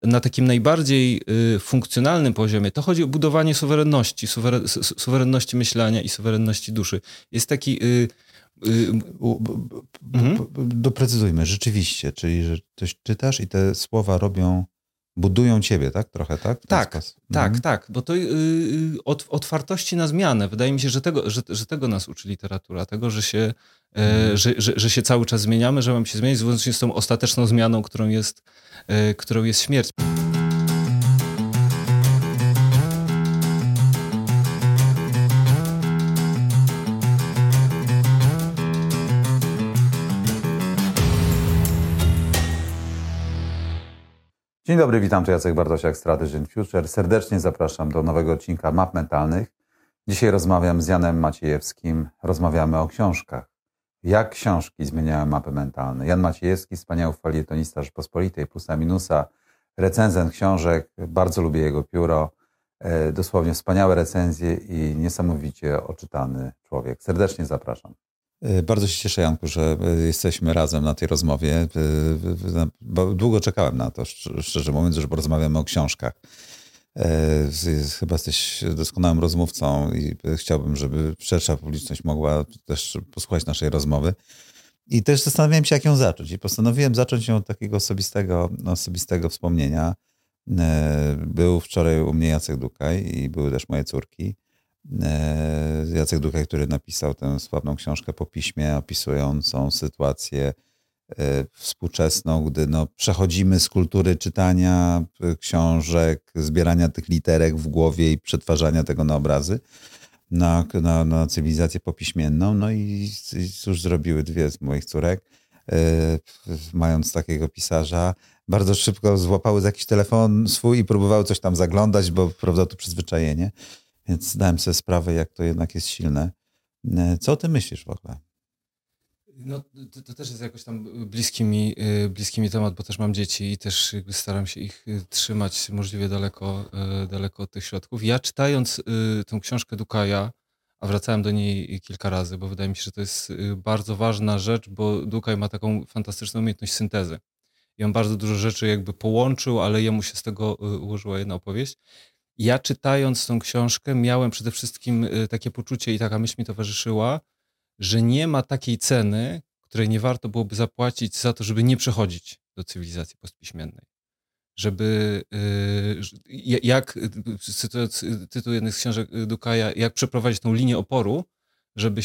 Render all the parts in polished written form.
na takim najbardziej funkcjonalnym poziomie, to chodzi o budowanie suwerenności, suwerenności myślenia i suwerenności duszy. Jest taki... Doprecyzujmy, rzeczywiście, czyli że coś czytasz i te słowa budują ciebie, tak? Trochę, tak? Tak, bo to otwartości na zmianę. Wydaje mi się, że tego nas uczy literatura, tego, że się cały czas zmieniamy, że mamy się zmieniać, włącznie z tą ostateczną zmianą, którą jest śmierć. Dzień dobry, witam, tu Jacek Bartosiak, Strategy and Future. Serdecznie zapraszam do nowego odcinka Map Mentalnych. Dzisiaj rozmawiam z Janem Maciejewskim. Rozmawiamy o książkach. Jak książki zmieniają mapy mentalne. Jan Maciejewski, wspaniały felietonista Rzeczpospolitej, Plusa Minusa, recenzent książek. Bardzo lubię jego pióro. Dosłownie wspaniałe recenzje i niesamowicie oczytany człowiek. Serdecznie zapraszam. Bardzo się cieszę, Janku, że jesteśmy razem na tej rozmowie. Długo czekałem na to, szczerze mówiąc, że porozmawiamy o książkach. Chyba jesteś doskonałym rozmówcą i chciałbym, żeby szersza publiczność mogła też posłuchać naszej rozmowy. I też zastanawiałem się, jak ją zacząć. I postanowiłem zacząć ją od takiego osobistego wspomnienia. Był wczoraj u mnie Jacek Dukaj i były też moje córki. Jacek Dukaj, który napisał tę sławną książkę Po piśmie, opisującą sytuację współczesną, gdy przechodzimy z kultury czytania książek, zbierania tych literek w głowie i przetwarzania tego na obrazy, na cywilizację popiśmienną. No i cóż zrobiły dwie z moich córek, mając takiego pisarza, bardzo szybko złapały za jakiś telefon swój i próbowały coś tam zaglądać, bo prawda to przyzwyczajenie. Więc zdałem sobie sprawę, jak to jednak jest silne. Co o tym myślisz w ogóle? No, to też jest jakoś tam bliski mi temat, bo też mam dzieci i też jakby staram się ich trzymać możliwie daleko od tych środków. Ja czytając tą książkę Dukaja, a wracałem do niej kilka razy, bo wydaje mi się, że to jest bardzo ważna rzecz, bo Dukaj ma taką fantastyczną umiejętność syntezy. I on bardzo dużo rzeczy jakby połączył, ale jemu się z tego ułożyła jedna opowieść. Ja czytając tą książkę miałem przede wszystkim takie poczucie i taka myśl mi towarzyszyła, że nie ma takiej ceny, której nie warto byłoby zapłacić za to, żeby nie przechodzić do cywilizacji postpiśmiennej. Żeby, jak tytuł jednej z książek Dukaja, jak przeprowadzić tą linię oporu, żeby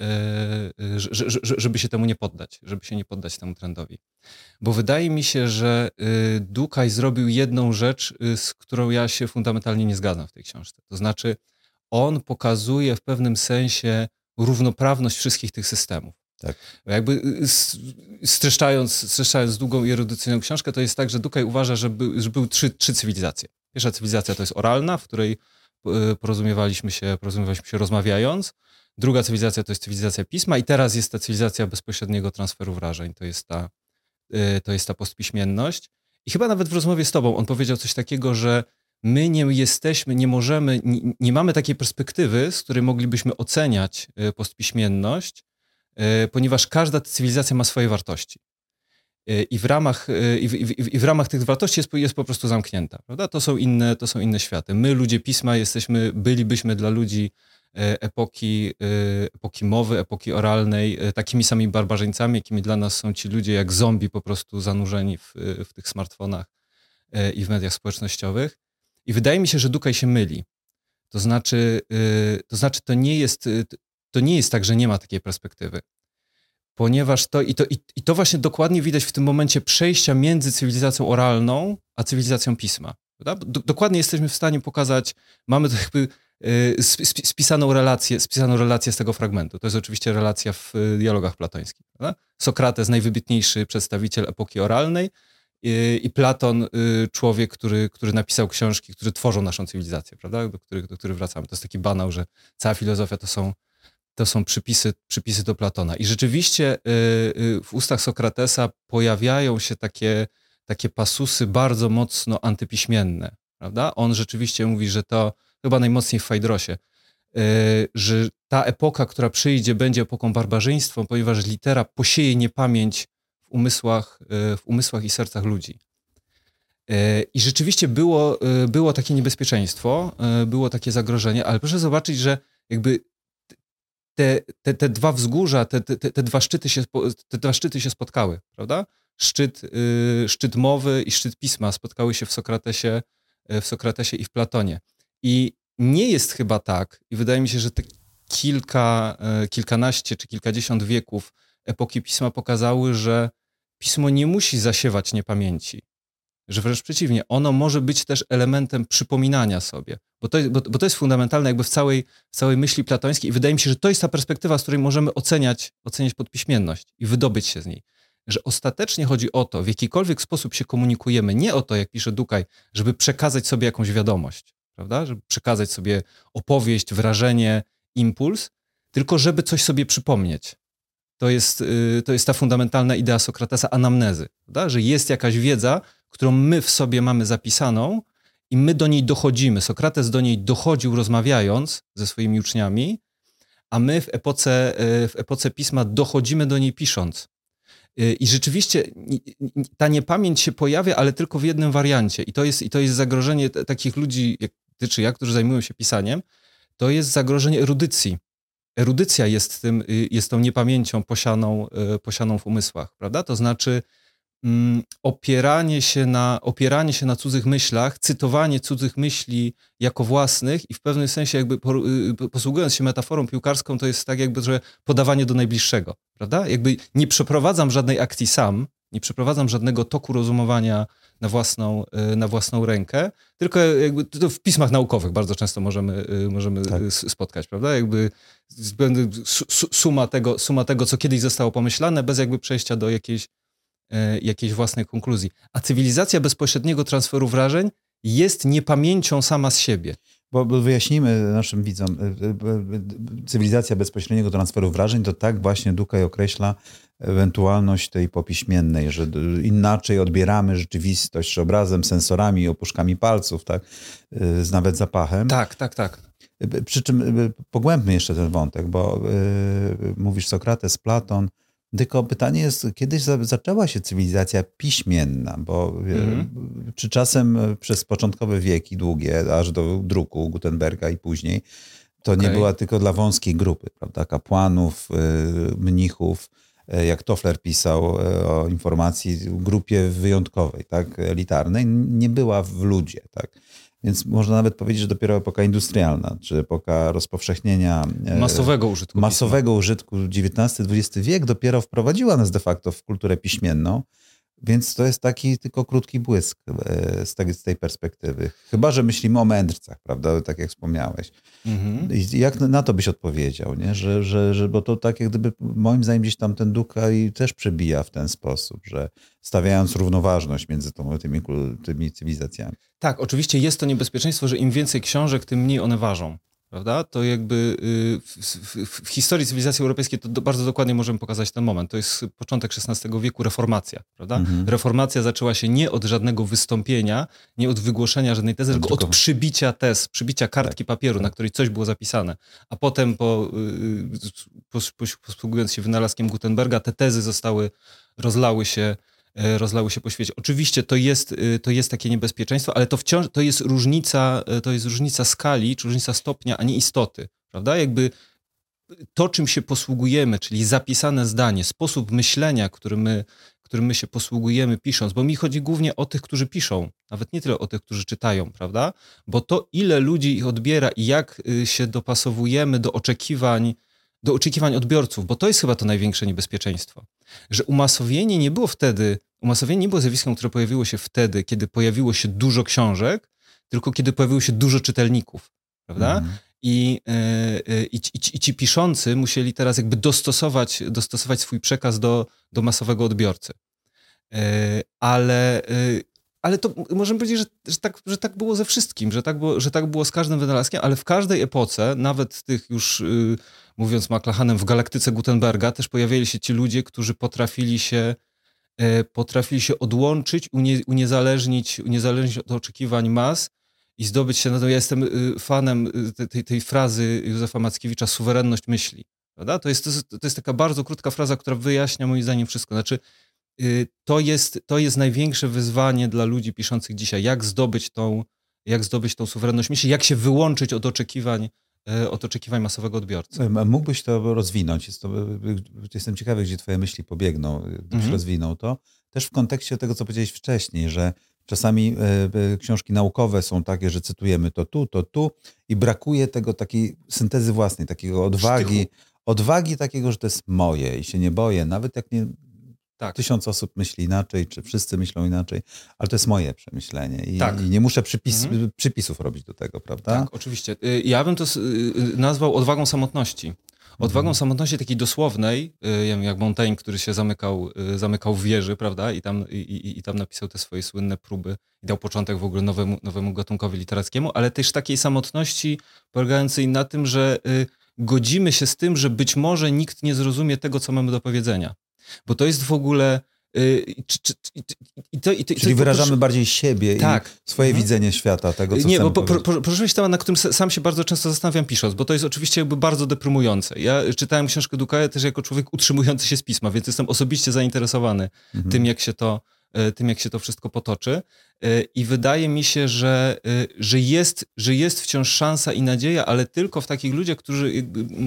się temu nie poddać, żeby się nie poddać temu trendowi. Bo wydaje mi się, że Dukaj zrobił jedną rzecz, z którą ja się fundamentalnie nie zgadzam w tej książce. To znaczy, on pokazuje w pewnym sensie równoprawność wszystkich tych systemów. Tak. Jakby streszczając długą i erudycyjną książkę, to jest tak, że Dukaj uważa, że były trzy cywilizacje. Pierwsza cywilizacja to jest oralna, w której porozumiewaliśmy się rozmawiając. Druga cywilizacja to jest cywilizacja pisma i teraz jest ta cywilizacja bezpośredniego transferu wrażeń. To jest ta postpiśmienność. I chyba nawet w rozmowie z tobą on powiedział coś takiego, że my nie mamy takiej perspektywy, z której moglibyśmy oceniać postpiśmienność, ponieważ każda cywilizacja ma swoje wartości. I w ramach tych wartości jest po prostu zamknięta, prawda? To są inne światy. My, ludzie pisma, bylibyśmy dla ludzi epoki mowy, epoki oralnej, takimi samymi barbarzyńcami, jakimi dla nas są ci ludzie jak zombie po prostu zanurzeni w tych smartfonach i w mediach społecznościowych. I wydaje mi się, że Dukaj się myli. To znaczy to nie jest tak, że nie ma takiej perspektywy. Ponieważ to właśnie dokładnie widać w tym momencie przejścia między cywilizacją oralną a cywilizacją pisma. Prawda? Dokładnie jesteśmy w stanie pokazać, mamy to jakby spisaną relację z tego fragmentu. To jest oczywiście relacja w dialogach platońskich. Prawda? Sokrates, najwybitniejszy przedstawiciel epoki oralnej, i Platon, człowiek, który napisał książki, które tworzą naszą cywilizację, prawda? Do których wracamy. To jest taki banał, że cała filozofia to są przypisy do Platona. I rzeczywiście w ustach Sokratesa pojawiają się takie pasusy bardzo mocno antypiśmienne, prawda? On rzeczywiście mówi, że to chyba najmocniej w Fajdrosie, że ta epoka, która przyjdzie, będzie epoką barbarzyństwa, ponieważ litera posieje niepamięć w umysłach i sercach ludzi. I rzeczywiście było takie niebezpieczeństwo, było takie zagrożenie, ale proszę zobaczyć, że jakby te dwa wzgórza, te dwa szczyty się spotkały, prawda? Szczyt mowy i szczyt pisma spotkały się w Sokratesie i w Platonie. I nie jest chyba tak, i wydaje mi się, że te kilkanaście czy kilkadziesiąt wieków epoki pisma pokazały, że pismo nie musi zasiewać niepamięci. Że wręcz przeciwnie, ono może być też elementem przypominania sobie, bo to jest fundamentalne jakby w całej myśli platońskiej i wydaje mi się, że to jest ta perspektywa, z której możemy oceniać podpiśmienność i wydobyć się z niej. Że ostatecznie chodzi o to, w jakikolwiek sposób się komunikujemy, nie o to, jak pisze Dukaj, żeby przekazać sobie jakąś wiadomość, prawda? Żeby przekazać sobie opowieść, wrażenie, impuls, tylko żeby coś sobie przypomnieć. To jest ta fundamentalna idea Sokratesa anamnezy, prawda? Że jest jakaś wiedza, którą my w sobie mamy zapisaną i my do niej dochodzimy. Sokrates do niej dochodził rozmawiając ze swoimi uczniami, a my w epoce pisma dochodzimy do niej pisząc. I rzeczywiście ta niepamięć się pojawia, ale tylko w jednym wariancie. I to jest zagrożenie takich ludzi jak ty czy ja, którzy zajmują się pisaniem, to jest zagrożenie erudycji. Erudycja jest tą niepamięcią posianą w umysłach, prawda? To znaczy opieranie się na cudzych myślach, cytowanie cudzych myśli jako własnych i w pewnym sensie jakby posługując się metaforą piłkarską, to jest tak jakby, że podawanie do najbliższego, prawda? Jakby nie przeprowadzam żadnej akcji sam, nie przeprowadzam żadnego toku rozumowania na własną rękę, tylko jakby to w pismach naukowych bardzo często możemy tak spotkać, prawda? Jakby suma tego, co kiedyś zostało pomyślane, bez jakby przejścia do jakiejś własnej konkluzji. A cywilizacja bezpośredniego transferu wrażeń jest niepamięcią sama z siebie. Bo wyjaśnijmy naszym widzom, cywilizacja bezpośredniego transferu wrażeń to tak właśnie Dukaj określa ewentualność tej popiśmiennej, że inaczej odbieramy rzeczywistość, czy obrazem, sensorami, opuszkami palców, tak? Nawet zapachem. Tak. Przy czym pogłębmy jeszcze ten wątek, bo mówisz Sokrates, Platon, tylko pytanie jest, kiedyś zaczęła się cywilizacja piśmienna, bo czy czasem przez początkowe wieki długie, aż do druku Gutenberga i później, to nie była tylko dla wąskiej grupy, prawda? Kapłanów, mnichów, jak Toffler pisał o informacji, grupie wyjątkowej, tak? Elitarnej, nie była w ludzie, tak? Więc można nawet powiedzieć, że dopiero epoka industrialna, czy epoka rozpowszechnienia masowego użytku XIX-XX wiek dopiero wprowadziła nas de facto w kulturę piśmienną, więc to jest taki tylko krótki błysk z tej perspektywy. Chyba że myślimy o mędrcach, prawda, tak jak wspomniałeś. I jak na to byś odpowiedział, nie? Że bo to tak jak gdyby moim zdaniem gdzieś tam ten Dukaj też przebija w ten sposób, że stawiając równoważność między tymi cywilizacjami. Tak, oczywiście jest to niebezpieczeństwo, że im więcej książek, tym mniej one ważą. Prawda? To jakby w historii cywilizacji europejskiej to bardzo dokładnie możemy pokazać ten moment. To jest początek XVI wieku, reformacja. Prawda? Reformacja zaczęła się nie od żadnego wystąpienia, nie od wygłoszenia żadnej tezy, tylko od przybicia tez, przybicia kartki papieru, na której coś było zapisane. A potem posługując się wynalazkiem Gutenberga, te tezy rozlały się po świecie. Oczywiście to jest takie niebezpieczeństwo, ale to wciąż to jest różnica skali, czy różnica stopnia, a nie istoty, prawda? Jakby to, czym się posługujemy, czyli zapisane zdanie, sposób myślenia, którym my się posługujemy pisząc, bo mi chodzi głównie o tych, którzy piszą, nawet nie tyle o tych, którzy czytają, prawda? Bo to, ile ludzi ich odbiera i jak się dopasowujemy do oczekiwań odbiorców, bo to jest chyba to największe niebezpieczeństwo, że umasowienie nie było zjawiskiem, które pojawiło się wtedy, kiedy pojawiło się dużo książek, tylko kiedy pojawiło się dużo czytelników, prawda? I ci piszący musieli teraz jakby dostosować swój przekaz do masowego odbiorcy. Ale to możemy powiedzieć, że tak było ze wszystkim, że tak było z każdym wynalazkiem, ale w każdej epoce, nawet w tych już, mówiąc McLuhanem, w galaktyce Gutenberga też pojawiali się ci ludzie, którzy potrafili się odłączyć, uniezależnić od oczekiwań mas i zdobyć się na to. Ja jestem fanem tej frazy Józefa Mackiewicza, suwerenność myśli. Prawda? To jest taka bardzo krótka fraza, która wyjaśnia moim zdaniem wszystko. Znaczy, to jest największe wyzwanie dla ludzi piszących dzisiaj. Jak zdobyć tą suwerenność myśli, jak się wyłączyć od oczekiwań masowego odbiorcy. Mógłbyś to rozwinąć. Jestem ciekawy, gdzie twoje myśli pobiegną, gdybyś rozwinął to. Też w kontekście tego, co powiedziałeś wcześniej, że czasami książki naukowe są takie, że cytujemy to tu i brakuje tego takiej syntezy własnej, takiego odwagi takiego, że to jest moje i się nie boję, nawet jak nie... Tak. 1000 osób myśli inaczej, czy wszyscy myślą inaczej, ale to jest moje przemyślenie i nie muszę przypisów robić do tego, prawda? Tak, oczywiście. Ja bym to nazwał odwagą samotności. Odwagą samotności takiej dosłownej, jak Montaigne, który się zamykał w wieży, prawda? I tam napisał te swoje słynne próby i dał początek w ogóle nowemu gatunkowi literackiemu, ale też takiej samotności polegającej na tym, że godzimy się z tym, że być może nikt nie zrozumie tego, co mamy do powiedzenia. Bo to jest w ogóle... Czyli wyrażamy bardziej siebie i swoje widzenie świata, tego, co chcemy powiedzieć. Poruszyłeś temat, na którym sam się bardzo często zastanawiam pisząc, bo to jest oczywiście jakby bardzo deprymujące. Ja czytałem książkę Dukaja też jako człowiek utrzymujący się z pisma, więc jestem osobiście zainteresowany tym, jak się to wszystko potoczy. I wydaje mi się, że jest wciąż szansa i nadzieja, ale tylko w takich ludziach, którzy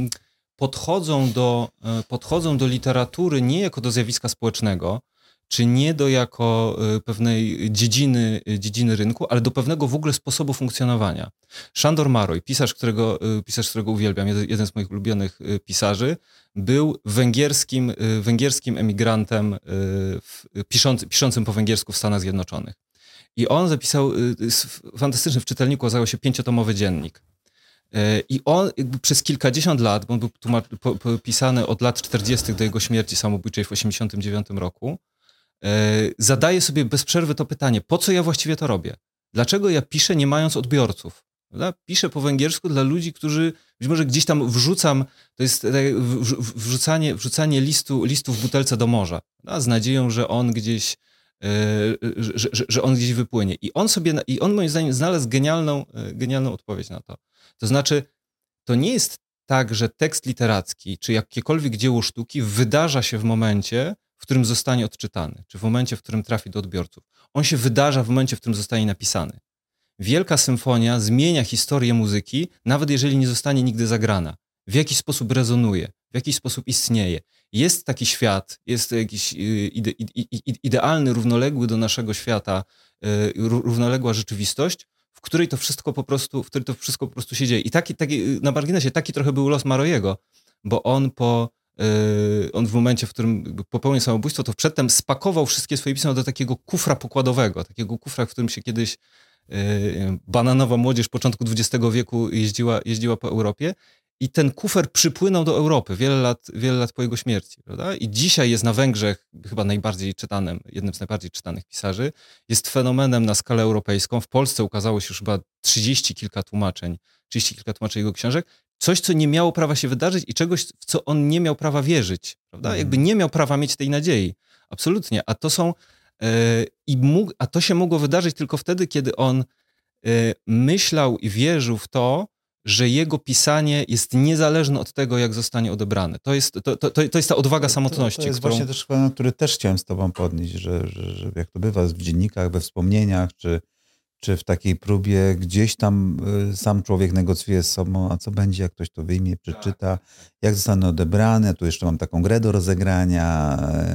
podchodzą do literatury nie jako do zjawiska społecznego, czy nie jako pewnej dziedziny rynku, ale do pewnego w ogóle sposobu funkcjonowania. Sándor Márai, pisarz, którego uwielbiam, jeden z moich ulubionych pisarzy, był węgierskim emigrantem piszącym po węgiersku w Stanach Zjednoczonych. I on zapisał fantastyczny, w czytelniku okazało się 5-tomowy dziennik. I on przez kilkadziesiąt lat, bo on był pisany od lat 40. do jego śmierci samobójczej w 1989 roku, zadaje sobie bez przerwy to pytanie, po co ja właściwie to robię? Dlaczego ja piszę, nie mając odbiorców? Prawda? Piszę po węgiersku dla ludzi, którzy być może gdzieś tam wrzucam, to jest wrzucanie listu w butelce do morza, prawda? Z nadzieją, że on gdzieś wypłynie. I on moim zdaniem znalazł genialną odpowiedź na to. To znaczy, to nie jest tak, że tekst literacki, czy jakiekolwiek dzieło sztuki wydarza się w momencie, w którym zostanie odczytany, czy w momencie, w którym trafi do odbiorców. On się wydarza w momencie, w którym zostanie napisany. Wielka symfonia zmienia historię muzyki, nawet jeżeli nie zostanie nigdy zagrana. W jakiś sposób rezonuje, w jakiś sposób istnieje. Jest taki świat, jest jakiś idealny, równoległy do naszego świata, równoległa rzeczywistość, w której to wszystko po prostu się dzieje. I taki na marginesie, taki trochę był los Máraiego, bo on w momencie, w którym popełnił samobójstwo, to przedtem spakował wszystkie swoje pisma do takiego kufra pokładowego, takiego kufra, w którym się kiedyś bananowa młodzież początku XX wieku jeździła po Europie i ten kufer przypłynął do Europy wiele lat po jego śmierci, prawda? I dzisiaj jest na Węgrzech chyba jednym z najbardziej czytanych pisarzy, jest fenomenem na skalę europejską. W Polsce ukazało się już chyba 30 kilka tłumaczeń jego książek. Coś, co nie miało prawa się wydarzyć i czegoś, w co on nie miał prawa wierzyć, prawda? Jakby nie miał prawa mieć tej nadziei. Absolutnie. A to się mogło wydarzyć tylko wtedy, kiedy on myślał i wierzył w to, że jego pisanie jest niezależne od tego, jak zostanie odebrane. To jest ta odwaga samotności. To jest właśnie też problem, który też chciałem z tobą podnieść, że jak to bywa w dziennikach, we wspomnieniach, czy w takiej próbie gdzieś tam sam człowiek negocjuje z sobą, a co będzie, jak ktoś to wyjmie, przeczyta, jak zostanę odebrane, tu jeszcze mam taką grę do rozegrania.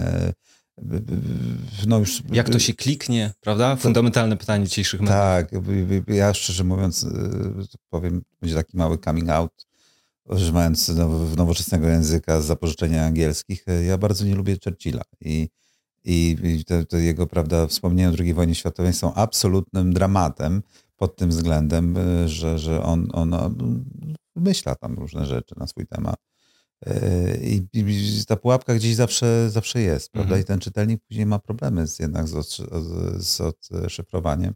Jak to się kliknie, prawda? Fundamentalne pytanie dzisiejszych mediów. Tak, ja szczerze mówiąc powiem, będzie taki mały coming out, używając nowoczesnego języka z zapożyczeń angielskich. Ja bardzo nie lubię Churchilla i te jego, prawda, wspomnienia o II wojnie światowej są absolutnym dramatem pod tym względem, że on wymyśla tam różne rzeczy na swój temat. I ta pułapka gdzieś zawsze jest, prawda? I ten czytelnik później ma problemy z odszyfrowaniem.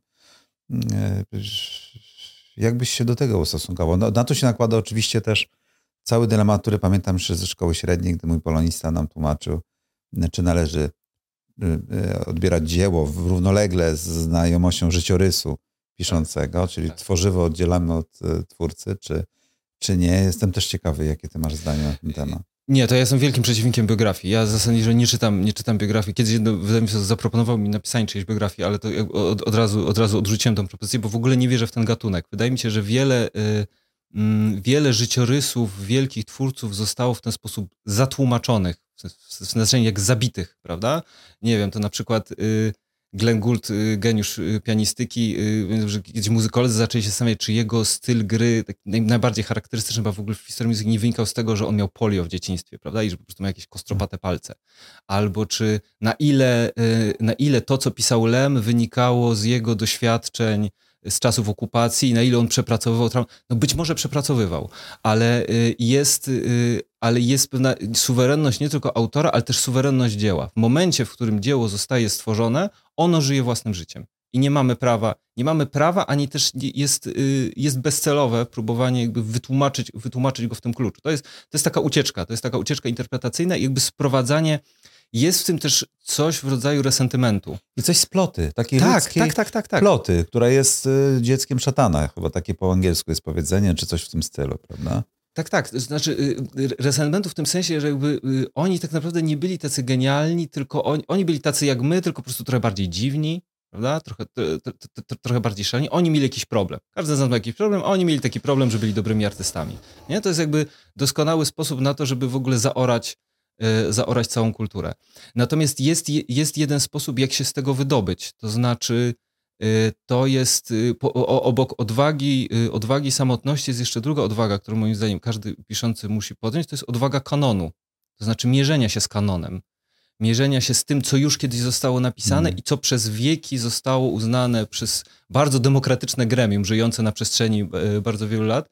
Jakbyś się do tego ustosunkował? No, na to się nakłada oczywiście też cały dylemat, który pamiętam jeszcze ze szkoły średniej, gdy mój polonista nam tłumaczył, czy należy odbierać dzieło równolegle z znajomością życiorysu piszącego, czyli tworzywo oddzielamy od twórcy, czy nie. Jestem też ciekawy, jakie ty masz zdanie na ten temat. Nie, to ja jestem wielkim przeciwnikiem biografii. Ja zasadniczo nie czytam biografii. Kiedyś wydawnictwo zaproponował mi napisanie czyjejś biografii, ale to od razu odrzuciłem tę propozycję, bo w ogóle nie wierzę w ten gatunek. Wydaje mi się, że wiele życiorysów wielkich twórców zostało w ten sposób zatłumaczonych, w znaczeniu jak zabitych, prawda? Nie wiem, to na przykład Glenn Gould, geniusz pianistyki, gdzie muzykolodzy zaczęli się zastanawiać, czy jego styl gry, taki najbardziej charakterystyczny chyba w ogóle w historii muzyki, nie wynikał z tego, że on miał polio w dzieciństwie, prawda? I że po prostu miał jakieś kostropate palce. Albo czy na ile to, co pisał Lem, wynikało z jego doświadczeń z czasów okupacji i na ile on przepracowywał traumę. No być może przepracowywał, ale jest pewna suwerenność nie tylko autora, ale też suwerenność dzieła. W momencie, w którym dzieło zostaje stworzone, ono żyje własnym życiem. I nie mamy prawa, ani też jest bezcelowe próbowanie jakby wytłumaczyć go w tym kluczu. To jest taka ucieczka interpretacyjna i jakby sprowadzanie. Jest w tym też coś w rodzaju resentymentu. I coś z ploty, takiej ludzkiej ploty, która jest dzieckiem szatana. Chyba takie po angielsku jest powiedzenie, czy coś w tym stylu, prawda? Tak. To znaczy resentymentu w tym sensie, że jakby oni tak naprawdę nie byli tacy genialni, tylko oni byli tacy jak my, tylko po prostu trochę bardziej dziwni, prawda? Trochę bardziej szaleni. Oni mieli jakiś problem. Każdy z nas ma jakiś problem, a oni mieli taki problem, że byli dobrymi artystami. Nie? To jest jakby doskonały sposób na to, żeby w ogóle zaorać całą kulturę. Natomiast jest jeden sposób, jak się z tego wydobyć. To znaczy, to jest obok odwagi samotności jest jeszcze druga odwaga, którą moim zdaniem każdy piszący musi podjąć, to jest odwaga kanonu. To znaczy mierzenia się z kanonem. Mierzenia się z tym, co już kiedyś zostało napisane i co przez wieki zostało uznane przez bardzo demokratyczne gremium, żyjące na przestrzeni bardzo wielu lat,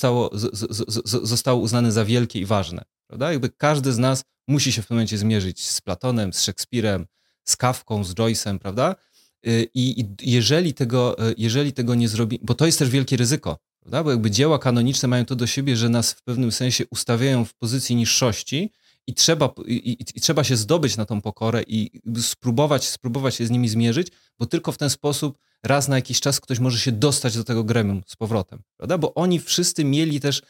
zostało uznane za wielkie i ważne. Prawda? Jakby każdy z nas musi się w tym momencie zmierzyć z Platonem, z Szekspirem, z Kafką, z Joyce'em, prawda? I jeżeli tego nie zrobi, bo to jest też wielkie ryzyko, prawda? Bo jakby dzieła kanoniczne mają to do siebie, że nas w pewnym sensie ustawiają w pozycji niższości i trzeba się zdobyć na tą pokorę i spróbować się z nimi zmierzyć, bo tylko w ten sposób raz na jakiś czas ktoś może się dostać do tego gremium z powrotem, prawda? Bo oni wszyscy mieli też,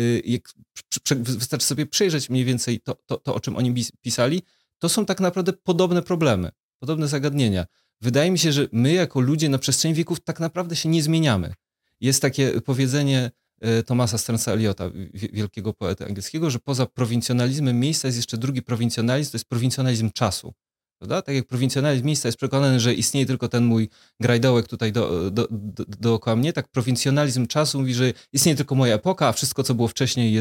wystarczy sobie przejrzeć mniej więcej to, o czym oni pisali, to są tak naprawdę podobne problemy, podobne zagadnienia. Wydaje mi się, że my jako ludzie na przestrzeni wieków tak naprawdę się nie zmieniamy. Jest takie powiedzenie Thomasa Stearnsa Eliota, wielkiego poety angielskiego, że poza prowincjonalizmem miejsca jest jeszcze drugi prowincjonalizm, to jest prowincjonalizm czasu. Prawda? Tak jak prowincjonalizm miejsca jest przekonany, że istnieje tylko ten mój grajdołek tutaj dookoła mnie, tak prowincjonalizm czasu mówi, że istnieje tylko moja epoka, a wszystko, co było wcześniej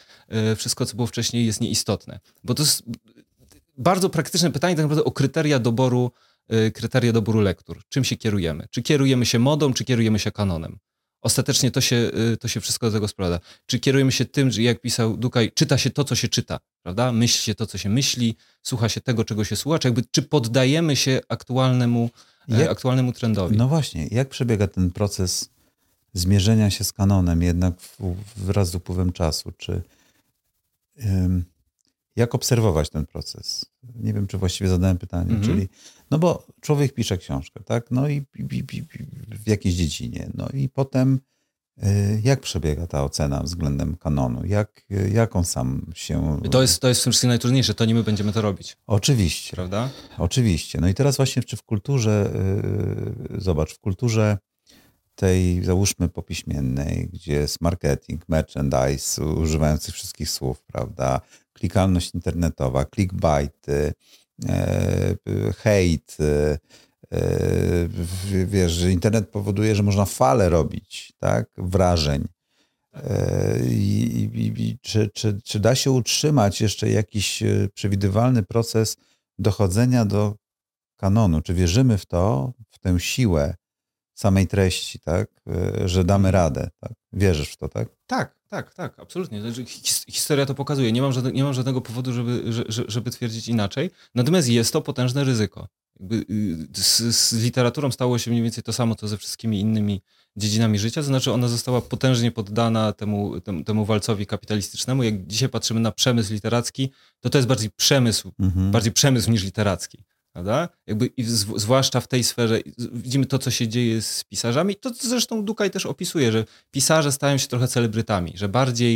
jest nieistotne. Bo to jest bardzo praktyczne pytanie tak naprawdę o kryteria doboru lektur. Czym się kierujemy? Czy kierujemy się modą, czy kierujemy się kanonem? Ostatecznie to się wszystko do tego sprowadza. Czy kierujemy się tym, że jak pisał Dukaj, czyta się to, co się czyta, prawda? Myśli się to, co się myśli, słucha się tego, czego się słucha, czy poddajemy się aktualnemu trendowi? No właśnie, jak przebiega ten proces zmierzenia się z kanonem jednak wraz z upływem czasu? Jak obserwować ten proces? Nie wiem, czy właściwie zadałem pytanie. Czyli, no bo człowiek pisze książkę, tak? No i w jakiejś dziedzinie. No i potem jak przebiega ta ocena względem kanonu? Jak on sam się... To jest w tym wszystkim najtrudniejsze. To nie my będziemy to robić. Oczywiście. Prawda? Oczywiście. No i teraz właśnie, czy w kulturze, zobacz, w kulturze tej, załóżmy, popiśmiennej, gdzie jest marketing, merchandise, używając tych wszystkich słów, prawda? Klikalność internetowa, clickbaity, hejt. Wiesz, że internet powoduje, że można falę robić, tak? Wrażeń. Czy da się utrzymać jeszcze jakiś przewidywalny proces dochodzenia do kanonu? Czy wierzymy w to, w tę siłę samej treści, tak? Że damy radę, tak? Wierzysz w to, tak? Tak, absolutnie. Historia to pokazuje. Nie mam żadnego powodu, żeby twierdzić inaczej. Natomiast jest to potężne ryzyko. Z literaturą stało się mniej więcej to samo, co ze wszystkimi innymi dziedzinami życia. To znaczy ona została potężnie poddana temu walcowi kapitalistycznemu. Jak dzisiaj patrzymy na przemysł literacki, to jest bardziej przemysł niż literacki. Prawda? Zwłaszcza w tej sferze widzimy to, co się dzieje z pisarzami. To zresztą Dukaj też opisuje, że pisarze stają się trochę celebrytami, że bardziej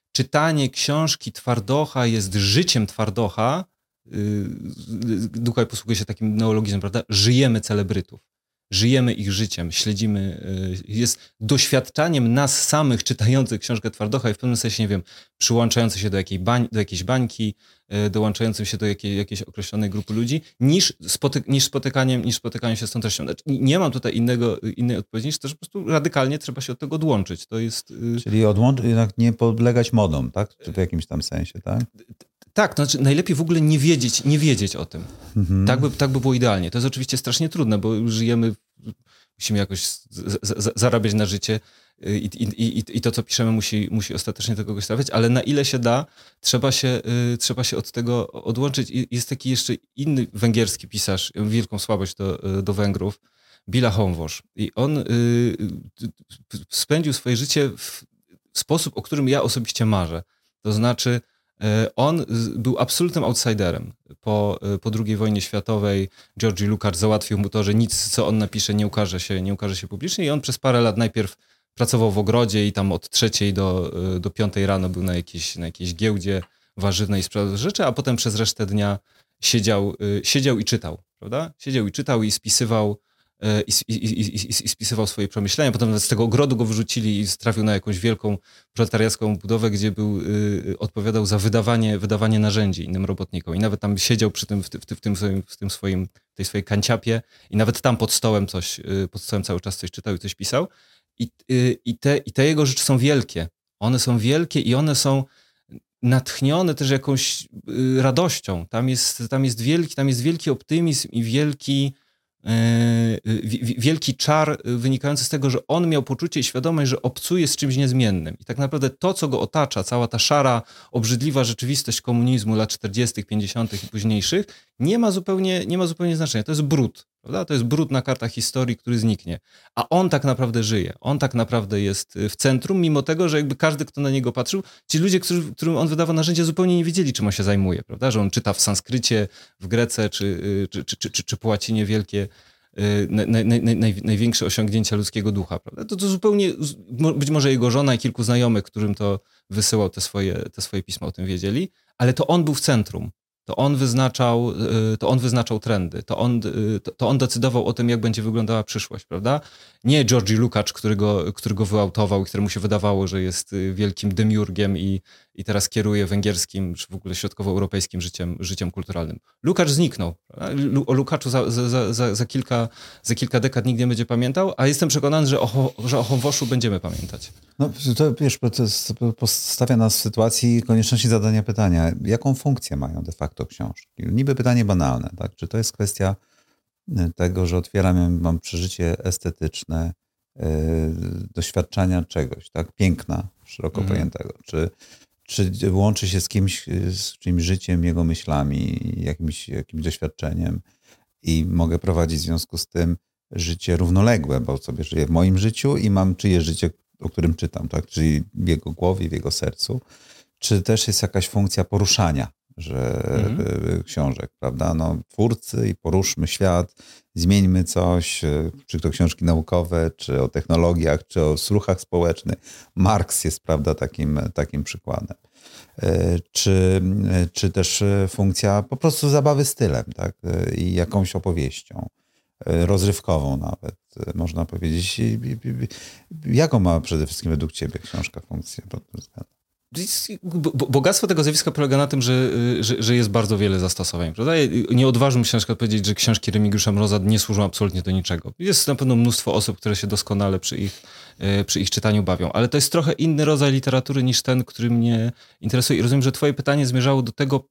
czytanie książki Twardocha jest życiem Twardocha, Dukaj posługuje się takim neologizmem, prawda? Żyjemy celebrytów. Żyjemy ich życiem, śledzimy, jest doświadczaniem nas samych czytających książkę Twardocha i w pewnym sensie, nie wiem, przyłączających się do jakiejś bańki, dołączającym się do jakiejś określonej grupy ludzi, niż spotykaniem się z tą treścią. Znaczy, nie mam tutaj innej odpowiedzi, niż to, że po prostu radykalnie trzeba się od tego odłączyć. To jest... Czyli jednak nie podlegać modom, tak? W jakimś tam sensie, tak? Tak, to znaczy najlepiej w ogóle nie wiedzieć o tym. Tak by było idealnie. To jest oczywiście strasznie trudne, bo żyjemy, musimy jakoś zarabiać na życie i to, co piszemy, musi ostatecznie do kogoś trafiać, ale na ile się da, trzeba się od tego odłączyć. I jest taki jeszcze inny węgierski pisarz, wielką słabość do Węgrów, Béla Hajnós. I on spędził swoje życie w sposób, o którym ja osobiście marzę. To znaczy on był absolutnym outsiderem. Po II wojnie światowej Georgi Lukács załatwił mu to, że nic, co on napisze, nie ukaże się publicznie i on przez parę lat najpierw pracował w ogrodzie i tam od 3 do 5 rano był na jakiejś giełdzie warzywnej i sprzedał rzeczy, a potem przez resztę dnia siedział i czytał, prawda? Siedział i czytał i spisywał spisywał swoje przemyślenia. Potem z tego ogrodu go wyrzucili i trafił na jakąś wielką proletariacką budowę, gdzie odpowiadał za wydawanie narzędzi innym robotnikom. I nawet tam siedział przy tym, w tej swojej kanciapie i nawet tam pod stołem cały czas coś czytał i coś pisał. I te jego rzeczy są wielkie. One są wielkie i one są natchnione też jakąś radością. Tam jest wielki optymizm i wielki czar wynikający z tego, że on miał poczucie i świadomość, że obcuje z czymś niezmiennym. I tak naprawdę to, co go otacza, cała ta szara, obrzydliwa rzeczywistość komunizmu lat 40., 50. i późniejszych, nie ma zupełnie znaczenia. To jest brud, prawda? To jest brud na kartach historii, który zniknie. A on tak naprawdę żyje. On tak naprawdę jest w centrum, mimo tego, że jakby każdy, kto na niego patrzył, ci ludzie, którym on wydawał narzędzia, zupełnie nie wiedzieli, czym on się zajmuje, prawda? Że on czyta w sanskrycie, w grece, czy po łacinie wielkie największe osiągnięcia ludzkiego ducha, prawda? To zupełnie, być może jego żona i kilku znajomych, którym to wysyłał te swoje pisma, o tym wiedzieli, ale to on był w centrum. To on wyznaczał trendy, to on decydował o tym, jak będzie wyglądała przyszłość, prawda? Nie Georgi Lukács, który go wyautował i któremu się wydawało, że jest wielkim demiurgiem i teraz kieruje węgierskim, czy w ogóle środkowoeuropejskim życiem kulturalnym. Lukács zniknął. O Lukáczu za kilka dekad nikt nie będzie pamiętał, a jestem przekonany, że o Hajnószu będziemy pamiętać. No to wiesz, to postawia nas w sytuacji konieczności zadania pytania, jaką funkcję mają de facto książki? Niby pytanie banalne, tak? Czy to jest kwestia tego, że mam przeżycie estetyczne, doświadczenia czegoś, tak? Piękna, szeroko pojętego. Czy łączy się z czyimś życiem, jego myślami, jakimś doświadczeniem i mogę prowadzić w związku z tym życie równoległe, bo sobie żyję w moim życiu i mam czyjeś życie, o którym czytam, tak? Czyli w jego głowie, w jego sercu. Czy też jest jakaś funkcja poruszania książek, prawda? No, twórcy i poruszmy świat, zmieńmy coś, czy to książki naukowe, czy o technologiach, czy o słuchach społecznych. Marx jest, prawda, takim przykładem. Czy też funkcja po prostu zabawy stylem, tak? I jakąś opowieścią. Rozrywkową nawet, można powiedzieć. Jaką ma przede wszystkim według ciebie książka funkcję pod tym względem? Bogactwo tego zjawiska polega na tym, że jest bardzo wiele zastosowań, prawda? Nie odważmy się na przykład powiedzieć, że książki Remigiusza Mroza nie służą absolutnie do niczego. Jest na pewno mnóstwo osób, które się doskonale przy ich czytaniu bawią, ale to jest trochę inny rodzaj literatury niż ten, który mnie interesuje. I rozumiem, że twoje pytanie zmierzało do tego,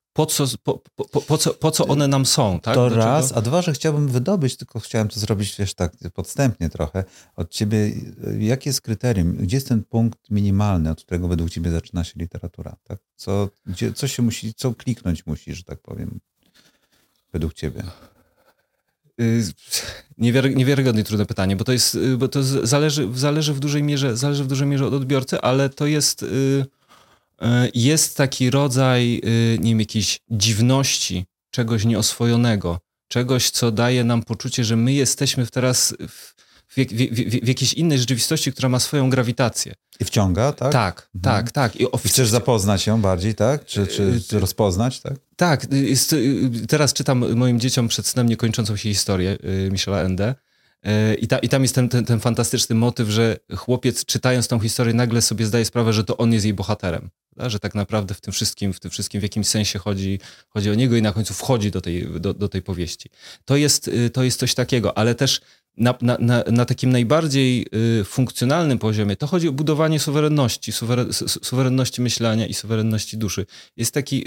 po co one nam są, tak? To raz, a dwa, że chciałbym wydobyć, tylko chciałem to zrobić, wiesz, tak podstępnie trochę od ciebie. Jakie jest kryterium? Gdzie jest ten punkt minimalny, od którego według ciebie zaczyna się literatura? Tak? Co kliknąć musi, że tak powiem, według ciebie? Niewiarygodnie trudne pytanie, bo to zależy w dużej mierze od odbiorcy, ale to jest taki rodzaj, nie wiem, jakiejś dziwności, czegoś nieoswojonego, czegoś, co daje nam poczucie, że my jesteśmy teraz w jakiejś innej rzeczywistości, która ma swoją grawitację. I wciąga, tak? Tak. I chcesz zapoznać ją bardziej, tak? Czy rozpoznać, tak? Tak. Teraz czytam moim dzieciom przed snem niekończącą się historię Michela Ende. I tam jest ten fantastyczny motyw, że chłopiec czytając tą historię nagle sobie zdaje sprawę, że to on jest jej bohaterem. Że tak naprawdę w tym wszystkim w jakimś sensie chodzi o niego i na końcu wchodzi do tej powieści. To jest coś takiego, ale też na takim najbardziej funkcjonalnym poziomie to chodzi o budowanie suwerenności myślenia i suwerenności duszy. Jest taki...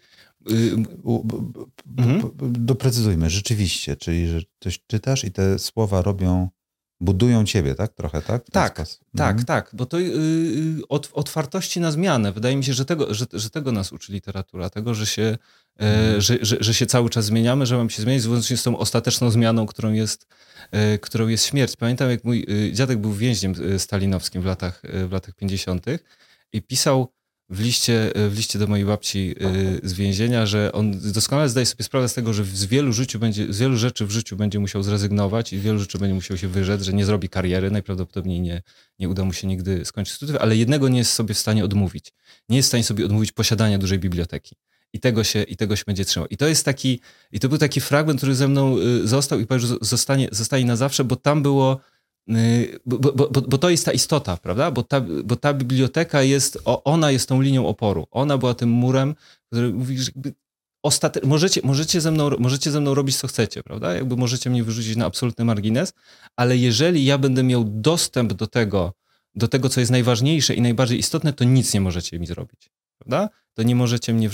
Doprecyzujmy, rzeczywiście, czyli że coś czytasz i te słowa budują ciebie, tak? Trochę, tak? Tak, bo to otwartości na zmianę. Wydaje mi się, że tego nas uczy literatura, tego, że się cały czas zmieniamy, że mamy się zmieniać, łącznie z tą ostateczną zmianą, którą jest śmierć. Pamiętam, jak mój dziadek był więźniem stalinowskim w latach 50. i pisał w liście do mojej babci z więzienia, że on doskonale zdaje sobie sprawę z tego, że z wielu rzeczy w życiu będzie musiał zrezygnować i wielu rzeczy będzie musiał się wyrzec, że nie zrobi kariery, najprawdopodobniej nie uda mu się nigdy skończyć studiów, ale jednego nie jest sobie w stanie odmówić. Nie jest w stanie sobie odmówić posiadania dużej biblioteki. I tego się będzie trzymał. I to był taki fragment, który ze mną został i powiem, że zostanie na zawsze, bo tam było bo to jest ta istota, prawda? Bo ta biblioteka ona jest tą linią oporu. Ona była tym murem, który mówi, że możecie ze mną robić, co chcecie, prawda? Jakby możecie mnie wyrzucić na absolutny margines, ale jeżeli ja będę miał dostęp do tego, co jest najważniejsze i najbardziej istotne, to nic nie możecie mi zrobić, prawda? To nie możecie mnie w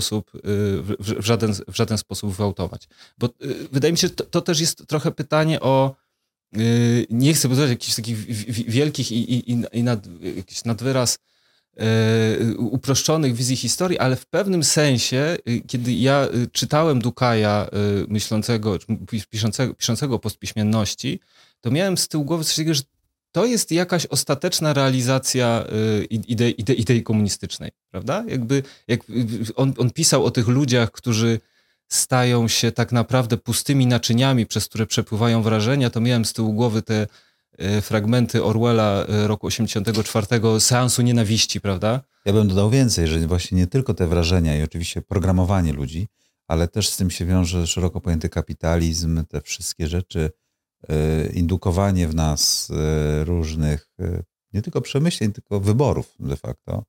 żaden sposób gwałtować. Bo wydaje mi się, że to też jest trochę pytanie o nie chcę budować jakichś takich wielkich i jakiś nadwyraz uproszczonych wizji historii, ale w pewnym sensie, kiedy ja czytałem Dukaja piszącego o postpiśmienności, to miałem z tyłu głowy coś takiego, że to jest jakaś ostateczna realizacja idei komunistycznej, prawda? Jak on pisał o tych ludziach, którzy stają się tak naprawdę pustymi naczyniami, przez które przepływają wrażenia, to miałem z tyłu głowy te fragmenty Orwella roku 84, seansu nienawiści, prawda? Ja bym dodał więcej, że właśnie nie tylko te wrażenia i oczywiście programowanie ludzi, ale też z tym się wiąże szeroko pojęty kapitalizm, te wszystkie rzeczy, indukowanie w nas różnych, nie tylko przemyśleń, tylko wyborów de facto.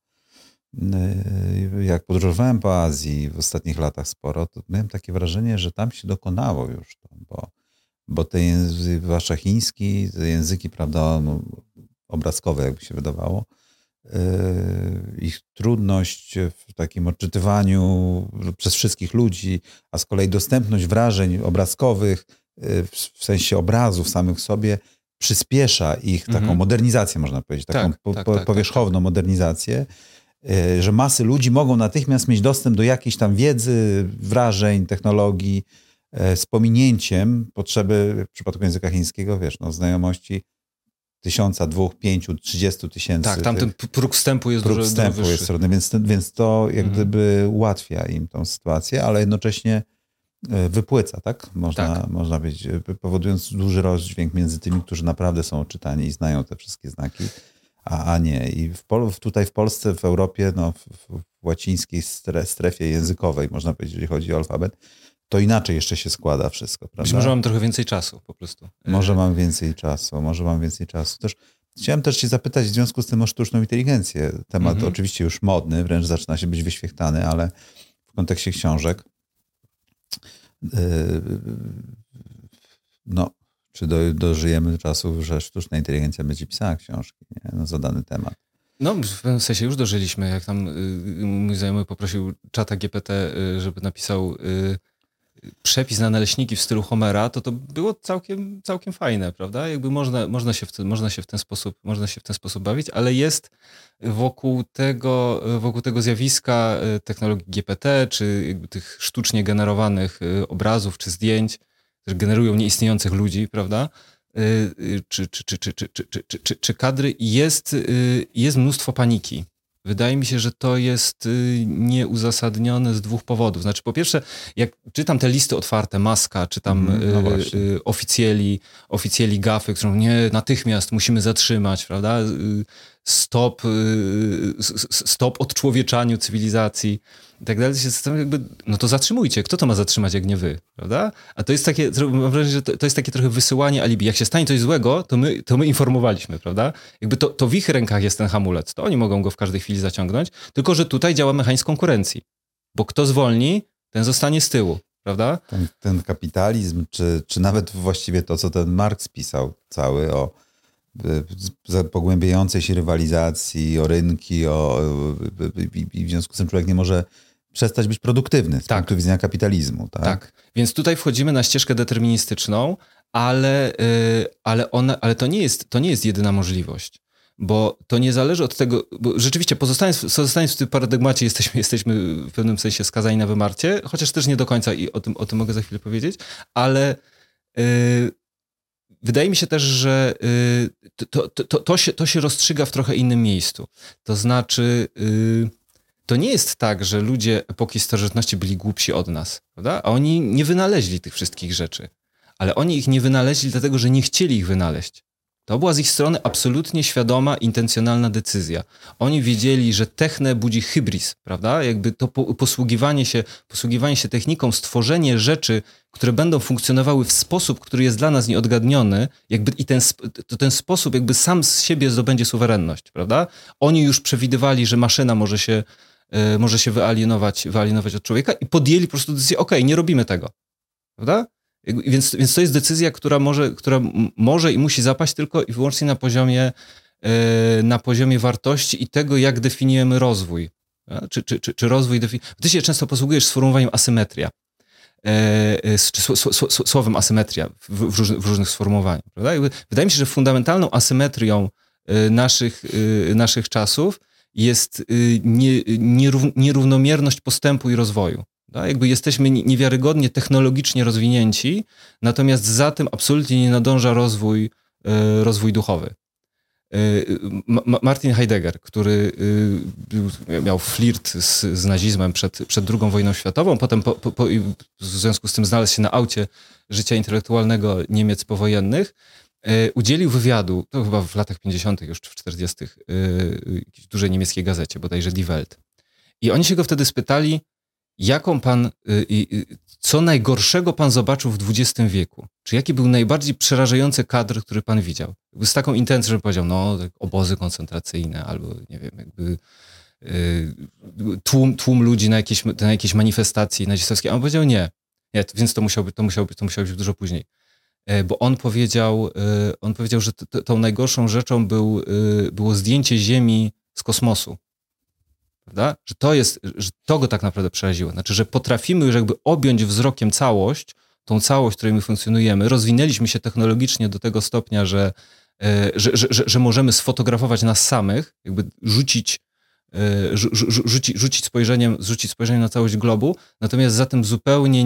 Jak podróżowałem po Azji w ostatnich latach sporo, to miałem takie wrażenie, że tam się dokonało już to, bo te języki, zwłaszcza chiński, te języki, prawda, obrazkowe, jakby się wydawało, ich trudność w takim odczytywaniu przez wszystkich ludzi, a z kolei dostępność wrażeń obrazkowych w sensie obrazów samych sobie przyspiesza ich taką modernizację, można powiedzieć, taką powierzchowną modernizację, że masy ludzi mogą natychmiast mieć dostęp do jakiejś tam wiedzy, wrażeń, technologii, z pominięciem potrzeby, w przypadku języka chińskiego, znajomości 1000, 2, 5, 30 tysięcy. Tak, tam ten próg wstępu jest dużo wyższy. Więc to jak gdyby ułatwia im tą sytuację, ale jednocześnie wypłyca, tak? Można powiedzieć, powodując duży rozdźwięk między tymi, którzy naprawdę są odczytani i znają te wszystkie znaki, a nie. I tutaj w Polsce, w Europie, w łacińskiej strefie językowej, można powiedzieć, jeżeli chodzi o alfabet, to inaczej jeszcze się składa wszystko, prawda? Być może mam trochę więcej czasu po prostu. Może mam więcej czasu. Chciałem też cię zapytać w związku z tym o sztuczną inteligencję. Temat oczywiście już modny, wręcz zaczyna się być wyświechtany, ale w kontekście książek czy dożyjemy do czasów, że sztuczna inteligencja będzie pisała książki, nie? Za dany temat. No, w pewnym sensie już dożyliśmy. Jak tam mój znajomy poprosił czata GPT, żeby napisał przepis na naleśniki w stylu Homera, to było całkiem fajne, prawda? Jakby można się w ten sposób bawić, ale jest wokół tego zjawiska technologii GPT, czy jakby tych sztucznie generowanych obrazów, czy zdjęć, które generują nieistniejących ludzi, prawda? Czy kadry, jest mnóstwo paniki. Wydaje mi się, że to jest nieuzasadnione z dwóch powodów. Znaczy, po pierwsze, jak czytam te listy otwarte, Muska, czy tam oficjeli GAFy, którą nie, natychmiast musimy zatrzymać, prawda? Stop odczłowieczaniu cywilizacji i tak dalej. No to zatrzymujcie. Kto to ma zatrzymać, jak nie wy, prawda? A to jest takie, mam wrażenie, że to jest takie trochę wysyłanie alibi. Jak się stanie coś złego, to my informowaliśmy, prawda? Jakby to w ich rękach jest ten hamulec. To oni mogą go w każdej chwili zaciągnąć, tylko że tutaj działa mechanizm konkurencji. Bo kto zwolni, ten zostanie z tyłu, prawda? Ten kapitalizm, czy nawet właściwie to, co ten Marx pisał cały o pogłębiającej się rywalizacji, o rynki, i w związku z tym człowiek nie może przestać być produktywny z punktu widzenia kapitalizmu. Tak? Więc tutaj wchodzimy na ścieżkę deterministyczną, ale to nie jest jedyna możliwość. Bo to nie zależy od tego, bo rzeczywiście pozostając w tym paradygmacie jesteśmy w pewnym sensie skazani na wymarcie, chociaż też nie do końca i o tym mogę za chwilę powiedzieć, ale wydaje mi się też, że to się rozstrzyga w trochę innym miejscu. To znaczy, to nie jest tak, że ludzie epoki starożytności byli głupsi od nas, prawda? A oni nie wynaleźli tych wszystkich rzeczy. Ale oni ich nie wynaleźli dlatego, że nie chcieli ich wynaleźć. To była z ich strony absolutnie świadoma, intencjonalna decyzja. Oni wiedzieli, że techne budzi hybris, prawda? Jakby to posługiwanie się techniką, stworzenie rzeczy, które będą funkcjonowały w sposób, który jest dla nas nieodgadniony, jakby i ten sposób jakby sam z siebie zdobędzie suwerenność, prawda? Oni już przewidywali, że maszyna może się wyalienować od człowieka i podjęli po prostu decyzję, nie robimy tego, prawda? Więc to jest decyzja, która może i musi zapaść tylko i wyłącznie na poziomie wartości i tego, jak definiujemy rozwój. Czy rozwój Ty się często posługujesz sformułowaniem asymetria. Czy słowem asymetria w różnych sformułowaniach. Prawda? Wydaje mi się, że fundamentalną asymetrią naszych czasów jest nierównomierność postępu i rozwoju. Tak? Jakby jesteśmy niewiarygodnie technologicznie rozwinięci, natomiast za tym absolutnie nie nadąża rozwój duchowy. Martin Heidegger, który miał flirt z nazizmem przed II wojną światową, potem w związku z tym znalazł się na aucie życia intelektualnego Niemiec powojennych, udzielił wywiadu, to chyba w latach 50. już czy w 40. jakiejś dużej niemieckiej gazecie, bodajże Die Welt. I oni się go wtedy spytali, co najgorszego pan zobaczył w XX wieku? Czy jaki był najbardziej przerażający kadr, który pan widział? Jakby z taką intencją, że powiedział, tak, obozy koncentracyjne, albo nie wiem, jakby tłum ludzi na jakieś manifestacji nazistowskie. A on powiedział nie, więc to musiało być dużo później. Bo on powiedział, że tą najgorszą rzeczą było zdjęcie Ziemi z kosmosu. Prawda? Że to go tak naprawdę przeraziło. Znaczy, że potrafimy już jakby objąć wzrokiem tą całość, w której my funkcjonujemy. Rozwinęliśmy się technologicznie do tego stopnia, że możemy sfotografować nas samych, jakby rzucić spojrzeniem na całość globu, natomiast za tym zupełnie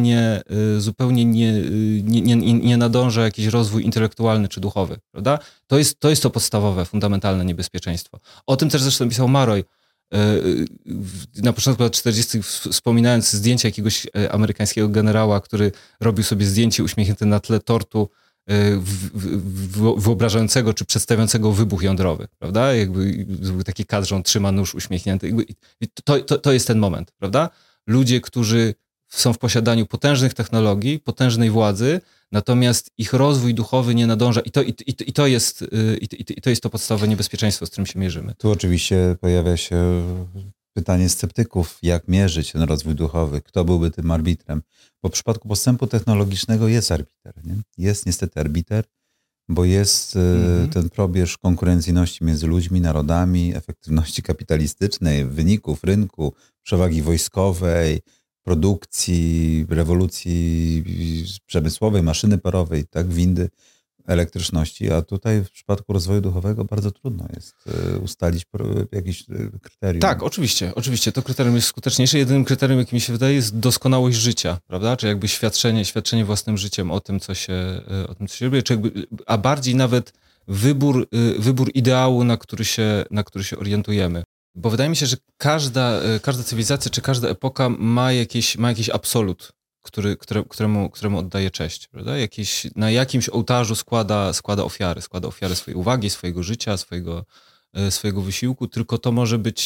nie nadąża jakiś rozwój intelektualny czy duchowy. Prawda? To jest to podstawowe, fundamentalne niebezpieczeństwo. O tym też zresztą pisał Maroy, na początku lat 40. wspominając zdjęcia jakiegoś amerykańskiego generała, który robił sobie zdjęcie uśmiechnięte na tle tortu wyobrażającego czy przedstawiającego wybuch jądrowy, prawda? Jakby taki kadr, że on trzyma nóż uśmiechnięty. To jest ten moment, prawda? Ludzie, którzy są w posiadaniu potężnych technologii, potężnej władzy, natomiast ich rozwój duchowy nie nadąża i to jest to podstawowe niebezpieczeństwo, z którym się mierzymy. Tu oczywiście pojawia się pytanie sceptyków, jak mierzyć ten rozwój duchowy, kto byłby tym arbitrem, bo w przypadku postępu technologicznego jest arbiter, nie? Jest niestety arbiter, bo jest ten probierz konkurencyjności między ludźmi, narodami, efektywności kapitalistycznej, wyników rynku, przewagi wojskowej, produkcji, rewolucji przemysłowej, maszyny parowej, tak, windy, elektryczności, a tutaj w przypadku rozwoju duchowego bardzo trudno jest ustalić jakieś kryterium. Tak, oczywiście. To kryterium jest skuteczniejsze. Jedynym kryterium, jakim mi się wydaje, jest doskonałość życia, prawda? Czy jakby świadczenie własnym życiem o tym, co się robi, a bardziej nawet wybór ideału, na który się orientujemy. Bo wydaje mi się, że każda cywilizacja czy każda epoka ma jakiś absolut, któremu oddaje cześć, prawda? Na jakimś ołtarzu składa ofiary swojej uwagi, swojego życia, swojego wysiłku, tylko to może być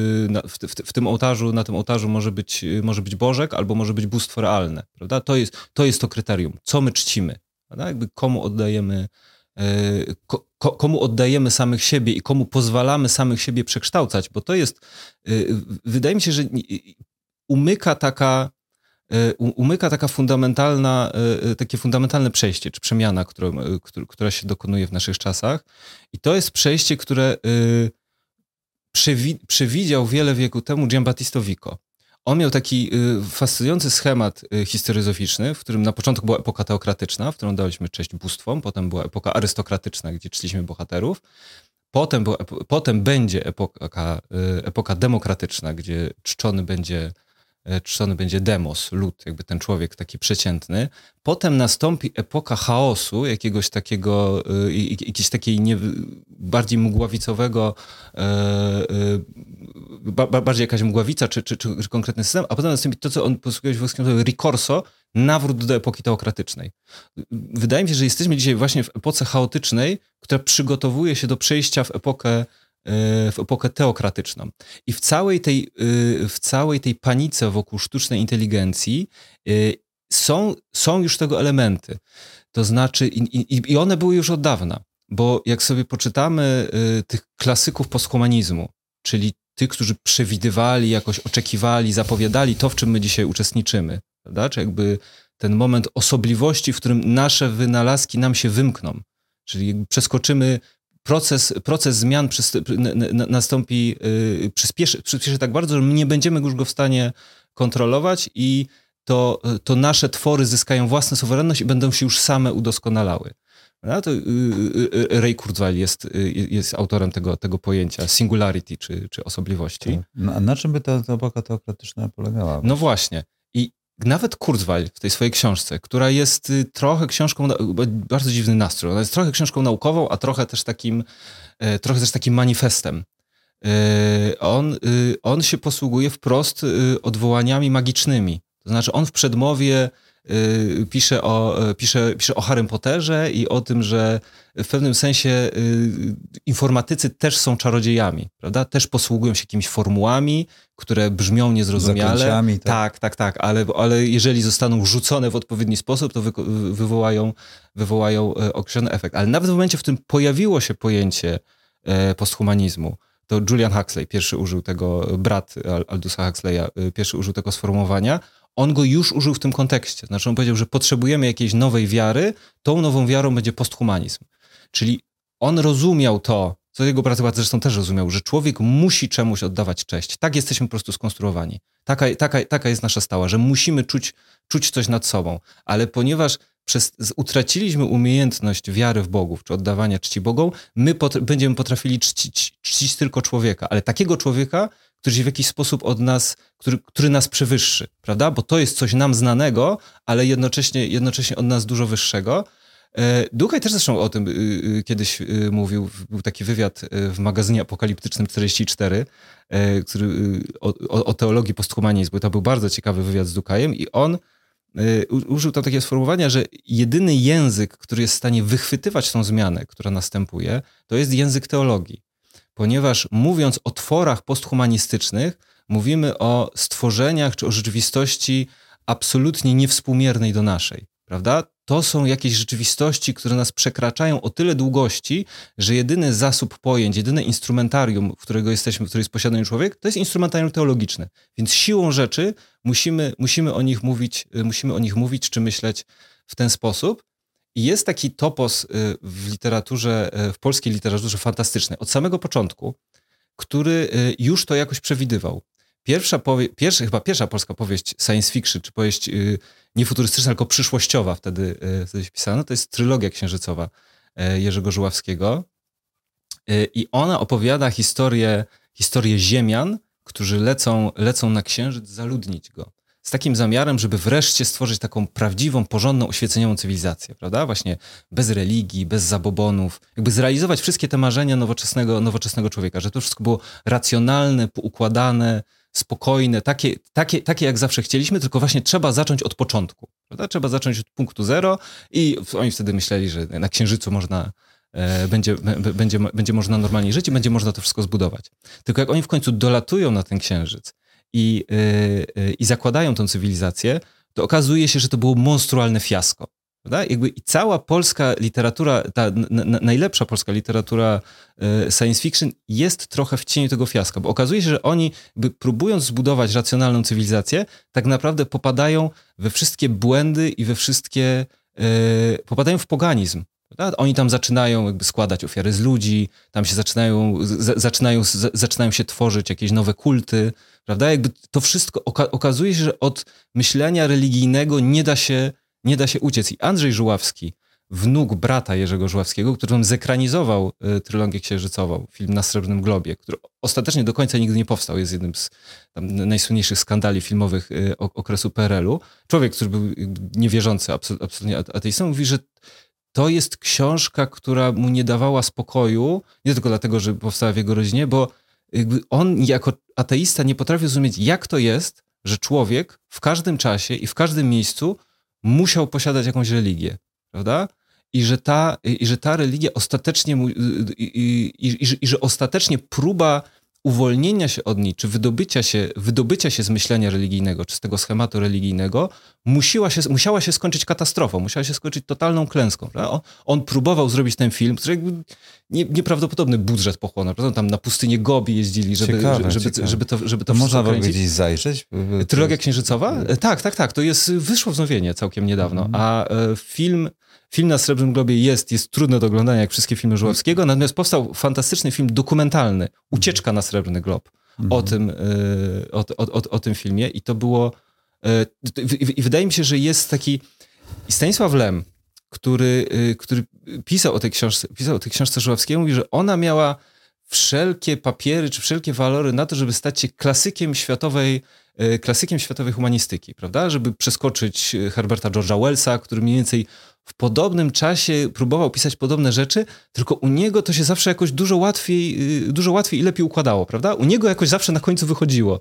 na tym ołtarzu może być Bożek albo może być bóstwo realne, prawda? To jest to kryterium, co my czcimy, prawda? Jakby komu oddajemy samych siebie i komu pozwalamy samych siebie przekształcać, bo to jest, wydaje mi się, że umyka takie fundamentalne przejście, czy przemiana, która się dokonuje w naszych czasach. I to jest przejście, które przewidział wiele wieków temu Giambattista Vico. On miał taki fascynujący schemat historyzoficzny, w którym na początku była epoka teokratyczna, w którą daliśmy cześć bóstwom, potem była epoka arystokratyczna, gdzie czciliśmy bohaterów, potem będzie epoka demokratyczna, gdzie czczony będzie demos, lud, jakby ten człowiek taki przeciętny. Potem nastąpi epoka chaosu, jakiejś takiej bardziej mgławicowego, bardziej jakaś mgławica czy konkretny system, a potem nastąpi to, co on posługuje w ricorso, nawrót do epoki teokratycznej. Wydaje mi się, że jesteśmy dzisiaj właśnie w epoce chaotycznej, która przygotowuje się do przejścia w epokę teokratyczną. I w całej tej panice wokół sztucznej inteligencji są już tego elementy. To znaczy, i one były już od dawna, bo jak sobie poczytamy tych klasyków posthumanizmu, czyli tych, którzy przewidywali, jakoś oczekiwali, zapowiadali to, w czym my dzisiaj uczestniczymy, prawda? Czy jakby ten moment osobliwości, w którym nasze wynalazki nam się wymkną, czyli jakby przeskoczymy proces zmian nastąpi, przyspieszy tak bardzo, że my nie będziemy już go w stanie kontrolować i to nasze twory zyskają własną suwerenność i będą się już same udoskonalały. No to Ray Kurzweil jest autorem tego pojęcia singularity, czy osobliwości. Na czym by ta epoka teokratyczna polegała? No właśnie. I nawet Kurzweil w tej swojej książce, która jest trochę książką, bardzo dziwny nastrój, ona jest trochę książką naukową, a trochę też takim manifestem. On się posługuje wprost odwołaniami magicznymi. To znaczy on w przedmowie pisze o Harrym Potterze i o tym, że w pewnym sensie informatycy też są czarodziejami, prawda? Też posługują się jakimiś formułami, które brzmią niezrozumiale. Zaklęciami, tak, ale jeżeli zostaną rzucone w odpowiedni sposób, to wywołają określony efekt. Ale nawet w momencie, w którym pojawiło się pojęcie posthumanizmu, to Julian Huxley pierwszy użył tego, brat Aldusa Huxleya, pierwszy użył tego sformułowania. On go już użył w tym kontekście. Znaczy on powiedział, że potrzebujemy jakiejś nowej wiary, tą nową wiarą będzie posthumanizm. Czyli on rozumiał to, co jego pracownicy zresztą też rozumiał, że człowiek musi czemuś oddawać cześć. Tak jesteśmy po prostu skonstruowani. Taka jest nasza stała, że musimy czuć coś nad sobą. Ale ponieważ utraciliśmy umiejętność wiary w bogów, czy oddawania czci bogom, my będziemy potrafili czcić tylko człowieka, ale takiego człowieka, który się w jakiś sposób od nas, który nas przewyższy, prawda? Bo to jest coś nam znanego, ale jednocześnie od nas dużo wyższego. Dłuchaj też zresztą o tym kiedyś mówił, był taki wywiad w magazynie apokaliptycznym 44, o teologii posthumanizmu. To był bardzo ciekawy wywiad z Dukajem i on użył tam takiego sformułowania, że jedyny język, który jest w stanie wychwytywać tą zmianę, która następuje, to jest język teologii. Ponieważ mówiąc o tworach posthumanistycznych, mówimy o stworzeniach czy o rzeczywistości absolutnie niewspółmiernej do naszej, prawda? To są jakieś rzeczywistości, które nas przekraczają o tyle długości, że jedyny zasób pojęć, jedyne instrumentarium, którego jest posiadany człowiek, to jest instrumentarium teologiczne. Więc siłą rzeczy musimy o nich mówić czy myśleć w ten sposób. I jest taki topos w polskiej literaturze fantastycznej od samego początku, który już to jakoś przewidywał. Chyba pierwsza polska powieść science fiction, czy powieść nie futurystyczna, tylko przyszłościowa wtedy się pisano, to jest trylogia księżycowa Jerzego Żuławskiego. I ona opowiada historię ziemian, którzy lecą na księżyc zaludnić go. z takim zamiarem, żeby wreszcie stworzyć taką prawdziwą, porządną, oświeceniową cywilizację, prawda? Właśnie bez religii, bez zabobonów, jakby zrealizować wszystkie te marzenia nowoczesnego człowieka, że to wszystko było racjonalne, poukładane, spokojne, takie jak zawsze chcieliśmy, tylko właśnie trzeba zacząć od początku, prawda? Trzeba zacząć od punktu zero i oni wtedy myśleli, że na Księżycu będzie można normalnie żyć i będzie można to wszystko zbudować. Tylko jak oni w końcu dolatują na ten Księżyc i zakładają tą cywilizację, to okazuje się, że to było monstrualne fiasko. Prawda? Jakby i cała polska literatura, ta najlepsza polska literatura science fiction jest trochę w cieniu tego fiaska, bo okazuje się, że oni próbując zbudować racjonalną cywilizację, tak naprawdę popadają we wszystkie błędy i popadają w poganizm. Prawda? Oni tam zaczynają jakby składać ofiary z ludzi, tam się zaczynają się tworzyć jakieś nowe kulty, prawda? Jakby to wszystko okazuje się, że od myślenia religijnego nie da się uciec. I Andrzej Żuławski, wnuk brata Jerzego Żuławskiego, który zekranizował trylogię księżycową, film Na Srebrnym Globie, który ostatecznie do końca nigdy nie powstał, jest jednym z najsłynniejszych skandali filmowych okresu PRL-u. Człowiek, który był niewierzący, absolutnie ateistą, mówi, że to jest książka, która mu nie dawała spokoju, nie tylko dlatego, że powstała w jego rodzinie, bo jakby on jako ateista nie potrafił zrozumieć, jak to jest, że człowiek w każdym czasie i w każdym miejscu musiał posiadać jakąś religię, prawda? I że ta religia ostatecznie że ostatecznie próba uwolnienia się od niej, czy wydobycia się z myślenia religijnego, czy z tego schematu religijnego, musiała się skończyć katastrofą, musiała się skończyć totalną klęską. On próbował zrobić ten film, który jakby nieprawdopodobny budżet pochłonął. Prawda? Tam na pustynię Gobi jeździli, żeby to można w ogóle kręcić. gdzieś zajrzeć? Trylogia księżycowa? Tak. To wyszło wznowienie całkiem niedawno. A film na Srebrnym Globie jest trudny do oglądania, jak wszystkie filmy Żuławskiego, natomiast powstał fantastyczny film dokumentalny, Ucieczka na Srebrny Glob, o tym filmie i to było... I wydaje mi się, że jest taki... I Stanisław Lem, który pisał o tej książce Żuławskiego, mówi, że ona miała wszelkie papiery, czy wszelkie walory na to, żeby stać się klasykiem światowej humanistyki, prawda? Żeby przeskoczyć Herberta George'a Wellsa, który mniej więcej w podobnym czasie próbował pisać podobne rzeczy, tylko u niego to się zawsze jakoś dużo łatwiej i lepiej układało, prawda? U niego jakoś zawsze na końcu wychodziło.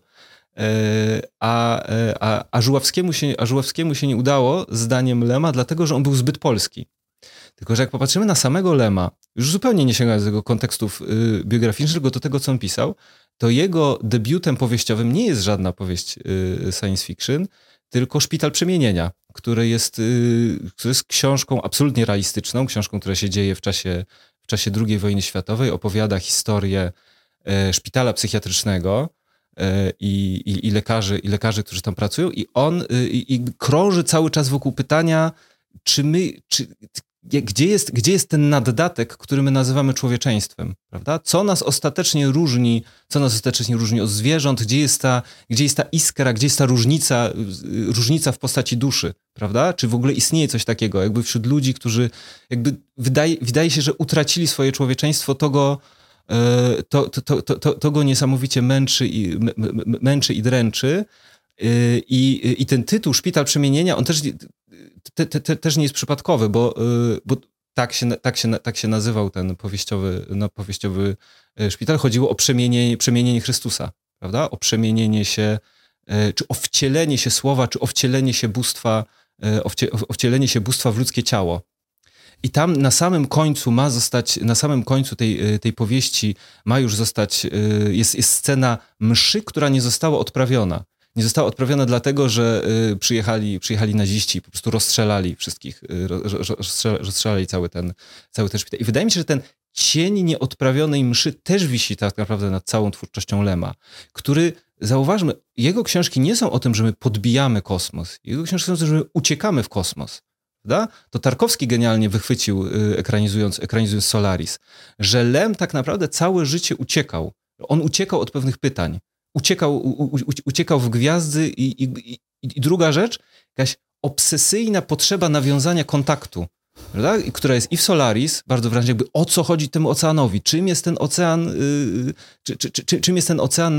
A Żuławskiemu się nie udało, zdaniem Lema, dlatego, że on był zbyt polski. Tylko że jak popatrzymy na samego Lema, już zupełnie nie sięgając do jego kontekstów biograficznych, tylko do tego, co on pisał, to jego debiutem powieściowym nie jest żadna powieść science fiction, tylko Szpital Przemienienia, który jest książką absolutnie realistyczną, książką, która się dzieje w czasie II wojny światowej, opowiada historię szpitala psychiatrycznego i lekarzy, którzy tam pracują i on krąży cały czas wokół pytania, gdzie jest ten naddatek, który my nazywamy człowieczeństwem, prawda? Co nas ostatecznie różni od zwierząt, gdzie jest ta iskra, gdzie jest ta różnica w postaci duszy, prawda? Czy w ogóle istnieje coś takiego, jakby wśród ludzi, którzy jakby wydaje się, że utracili swoje człowieczeństwo, to go niesamowicie męczy i dręczy. I ten tytuł Szpital Przemienienia, on też nie jest przypadkowy, bo tak się nazywał ten powieściowy szpital. Chodziło o przemienienie Chrystusa, prawda? O przemienienie się, czy o wcielenie się słowa, czy o wcielenie się bóstwa w ludzkie ciało. I tam na samym końcu tej powieści ma już zostać, jest scena mszy, która nie została odprawiona. Nie została odprawiona dlatego, że przyjechali naziści i po prostu rozstrzelali wszystkich, rozstrzelali cały ten szpital. I wydaje mi się, że ten cień nieodprawionej mszy też wisi tak naprawdę nad całą twórczością Lema, który, zauważmy, jego książki nie są o tym, że my podbijamy kosmos. Jego książki są o tym, że my uciekamy w kosmos. Prawda? To Tarkowski genialnie wychwycił, ekranizując Solaris, że Lem tak naprawdę całe życie uciekał. On uciekał od pewnych pytań. Uciekał w gwiazdy i druga rzecz, jakaś obsesyjna potrzeba nawiązania kontaktu. prawda? Która jest i w Solaris, bardzo wyraźnie jakby o co chodzi temu oceanowi, czym jest ten ocean, czym jest ten ocean,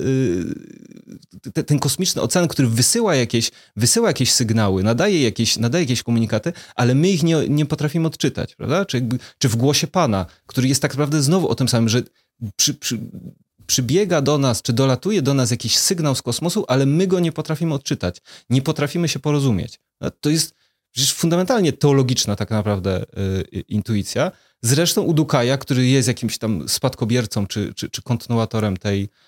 ten kosmiczny ocean, który wysyła jakieś sygnały, nadaje jakieś komunikaty, ale my ich nie potrafimy odczytać, prawda? Czy w głosie Pana, który jest tak naprawdę znowu o tym samym, że przybiega do nas, czy dolatuje do nas jakiś sygnał z kosmosu, ale my go nie potrafimy odczytać, nie potrafimy się porozumieć. To jest przecież fundamentalnie teologiczna tak naprawdę intuicja. Zresztą u Dukaja, który jest jakimś tam spadkobiercą czy kontynuatorem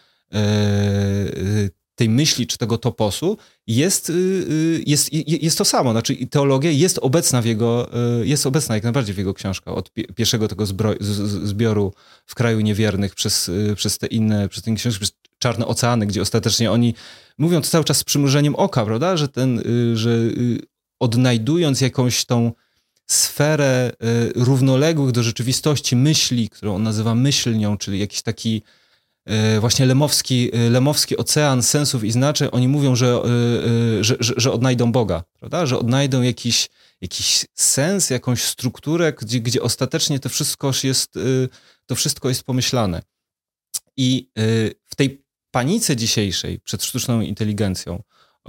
tej myśli czy tego toposu, jest to samo. Znaczy teologia jest obecna jak najbardziej w jego książkach. Od pierwszego tego zbioru W kraju niewiernych przez te inne książki, przez Czarne oceany, gdzie ostatecznie oni mówią to cały czas z przymrużeniem oka, prawda? Że odnajdując jakąś tą sferę równoległych do rzeczywistości myśli, którą on nazywa myślnią, czyli jakiś taki właśnie lemowski ocean sensów i znaczeń, oni mówią, że odnajdą Boga, prawda? Że odnajdą jakiś sens, jakąś strukturę, gdzie ostatecznie to wszystko jest pomyślane. I w tej panice dzisiejszej przed sztuczną inteligencją,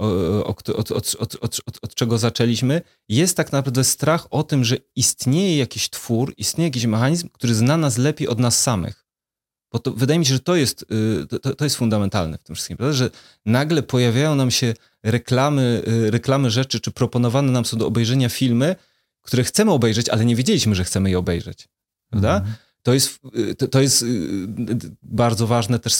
od czego zaczęliśmy, jest tak naprawdę strach o tym, że istnieje jakiś twór, istnieje jakiś mechanizm, który zna nas lepiej od nas samych. Bo to, wydaje mi się, że to jest fundamentalne w tym wszystkim, prawda? Że nagle pojawiają nam się reklamy rzeczy, czy proponowane nam są do obejrzenia filmy, które chcemy obejrzeć, ale nie wiedzieliśmy, że chcemy je obejrzeć. Prawda? Mhm. To jest bardzo ważne też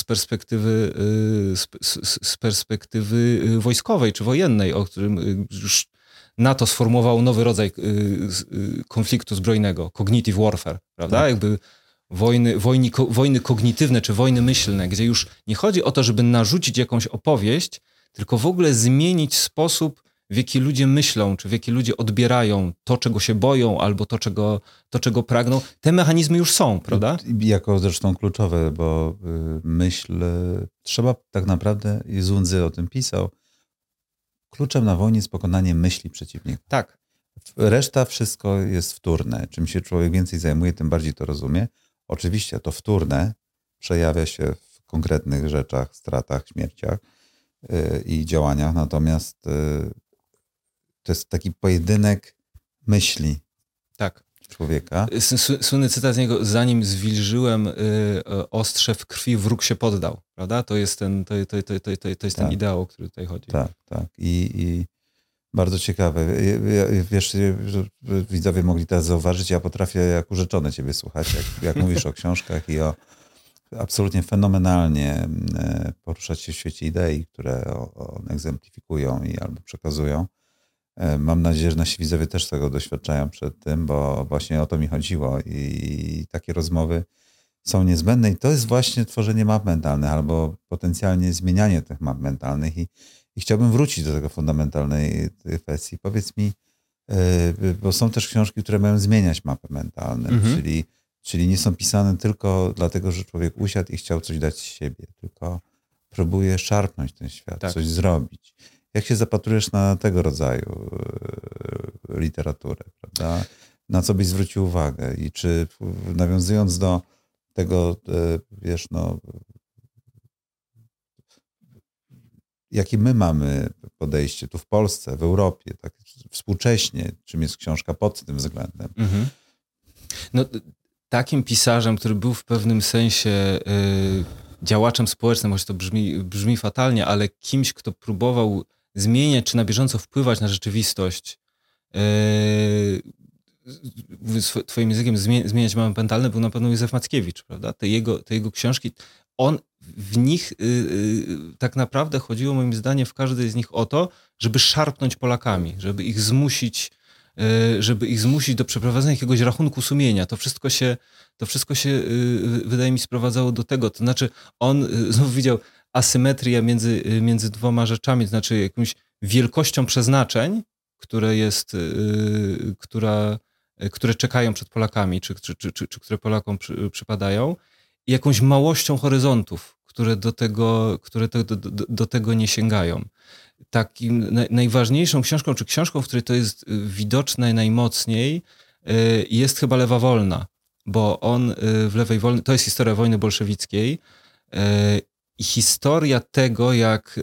z perspektywy wojskowej czy wojennej, o którym już NATO sformułował nowy rodzaj konfliktu zbrojnego, cognitive warfare, prawda? Tak. Jakby wojny kognitywne czy wojny myślne, gdzie już nie chodzi o to, żeby narzucić jakąś opowieść, tylko w ogóle zmienić sposób, w jaki ludzie myślą, czy w jaki ludzie odbierają to, czego się boją, albo to, czego pragną. Te mechanizmy już są, prawda? Jako zresztą kluczowe, bo myśl trzeba tak naprawdę, i Zunzy o tym pisał, kluczem na wojnie jest pokonanie myśli przeciwnika. Tak. Reszta wszystko jest wtórne. Czym się człowiek więcej zajmuje, tym bardziej to rozumie. Oczywiście to wtórne przejawia się w konkretnych rzeczach, stratach, śmierciach i działaniach, natomiast to jest taki pojedynek myśli człowieka. Słynny cytat z niego: zanim zwilżyłem ostrze w krwi, wróg się poddał. Prawda? To jest ten ideał, o który tutaj chodzi. Tak. I bardzo ciekawe. Wiesz, widzowie mogli teraz zauważyć, ja potrafię jak urzeczony ciebie słuchać, jak mówisz o książkach i o absolutnie fenomenalnie poruszać się w świecie idei, które one egzemplifikują i albo przekazują. Mam nadzieję, że nasi widzowie też tego doświadczają przed tym, bo właśnie o to mi chodziło i takie rozmowy są niezbędne i to jest właśnie tworzenie map mentalnych albo potencjalnie zmienianie tych map mentalnych i chciałbym wrócić do tego fundamentalnej kwestii. Powiedz mi, bo są też książki, które mają zmieniać mapy mentalne, czyli nie są pisane tylko dlatego, że człowiek usiadł i chciał coś dać z siebie, tylko próbuje szarpnąć ten świat, coś zrobić. Jak się zapatrujesz na tego rodzaju literaturę, prawda? Na co byś zwrócił uwagę? I czy nawiązując do tego, wiesz, jakie my mamy podejście tu w Polsce, w Europie, tak współcześnie, czym jest książka pod tym względem? No, takim pisarzem, który był w pewnym sensie działaczem społecznym, choć to brzmi fatalnie, ale kimś, kto próbował zmieniać czy na bieżąco wpływać na rzeczywistość, twoim językiem zmieniać mapy mentalne, był na pewno Józef Mackiewicz, prawda? Te jego książki, w nich tak naprawdę chodziło moim zdaniem w każdej z nich o to, żeby szarpnąć Polakami, żeby ich zmusić do przeprowadzenia jakiegoś rachunku sumienia. To wszystko się wydaje mi sprowadzało do tego. To znaczy on znowu widział asymetrię między dwoma rzeczami, to znaczy jakąś wielkością przeznaczeń, które czekają przed Polakami, czy które Polakom przypadają, i jakąś małością horyzontów, które do tego nie sięgają. Takim najważniejszą książką, czy książką, w której to jest widoczne najmocniej, jest chyba Lewa Wolna, bo on w Lewej Wolnej, to jest historia wojny bolszewickiej i historia tego, jak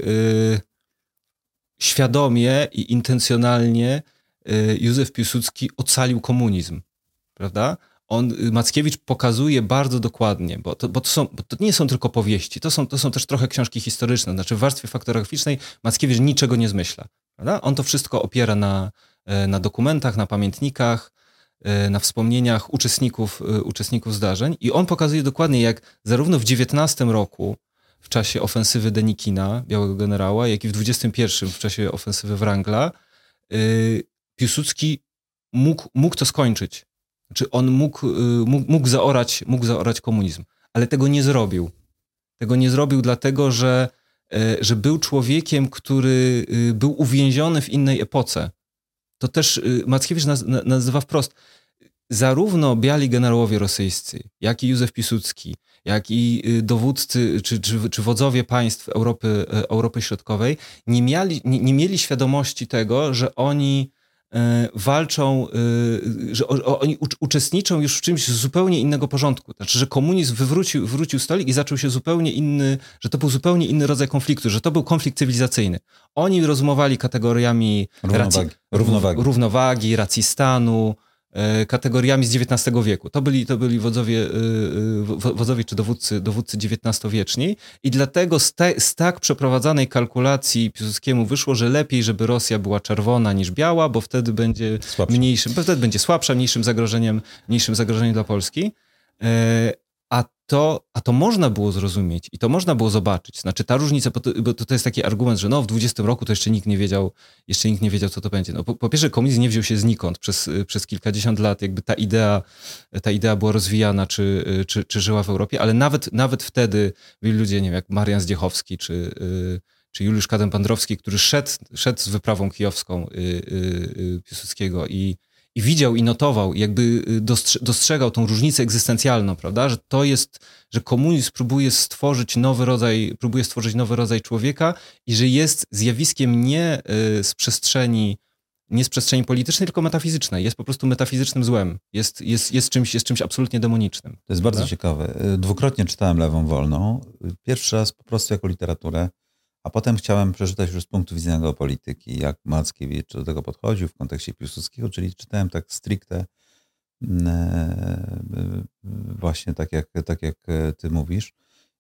świadomie i intencjonalnie Józef Piłsudski ocalił komunizm, prawda? Mackiewicz pokazuje bardzo dokładnie, bo to nie są tylko powieści, to są też trochę książki historyczne, znaczy w warstwie faktograficznej Mackiewicz niczego nie zmyśla, prawda? On to wszystko opiera na dokumentach, na pamiętnikach, na wspomnieniach uczestników zdarzeń i on pokazuje dokładnie, jak zarówno w 19 roku, w czasie ofensywy Denikina, Białego Generała, jak i w 21 w czasie ofensywy Wrangla, Piłsudski mógł to skończyć. Znaczy on mógł zaorać komunizm, ale tego nie zrobił. Tego nie zrobił dlatego, że był człowiekiem, który był uwięziony w innej epoce. To też Mackiewicz nazywa wprost. Zarówno biali generałowie rosyjscy, jak i Józef Piłsudski, jak i dowódcy czy wodzowie państw Europy Środkowej nie mieli świadomości tego, że oni walczą, że oni uczestniczą już w czymś z zupełnie innego porządku. Znaczy, że komunizm wywrócił stolik i zaczął się że to był zupełnie inny rodzaj konfliktu, że to był konflikt cywilizacyjny. Oni rozumowali kategoriami równowagi, racji stanu, kategoriami z XIX wieku. To byli wodzowie czy dowódcy XIX-wieczni i dlatego z tak przeprowadzanej kalkulacji Piłsudskiemu wyszło, że lepiej, żeby Rosja była czerwona niż biała, bo wtedy będzie słabsza, mniejszym zagrożeniem dla Polski. A to można było zrozumieć i to można było zobaczyć. Znaczy ta różnica, bo to jest taki argument, że w 20 roku to jeszcze nikt nie wiedział, co to będzie. Po pierwsze, komunizm nie wziął się znikąd. Przez kilkadziesiąt lat jakby ta idea była rozwijana, czy żyła w Europie, ale nawet wtedy byli ludzie, nie wiem, jak Marian Zdziechowski, czy Juliusz Kadem-Pandrowski, który szedł z wyprawą kijowską Piłsudskiego i widział i notował, jakby dostrzegał tą różnicę egzystencjalną, prawda? Że komunizm próbuje stworzyć nowy rodzaj człowieka i że jest zjawiskiem nie z przestrzeni politycznej, tylko metafizycznej. Jest po prostu metafizycznym złem. Jest czymś absolutnie demonicznym. To jest bardzo ciekawe. Dwukrotnie czytałem Lewą Wolną. Pierwszy raz po prostu jako literaturę, a potem chciałem przeczytać już z punktu widzenia geopolityki, jak Mackiewicz do tego podchodził w kontekście Piłsudskiego, czyli czytałem tak stricte właśnie tak jak ty mówisz.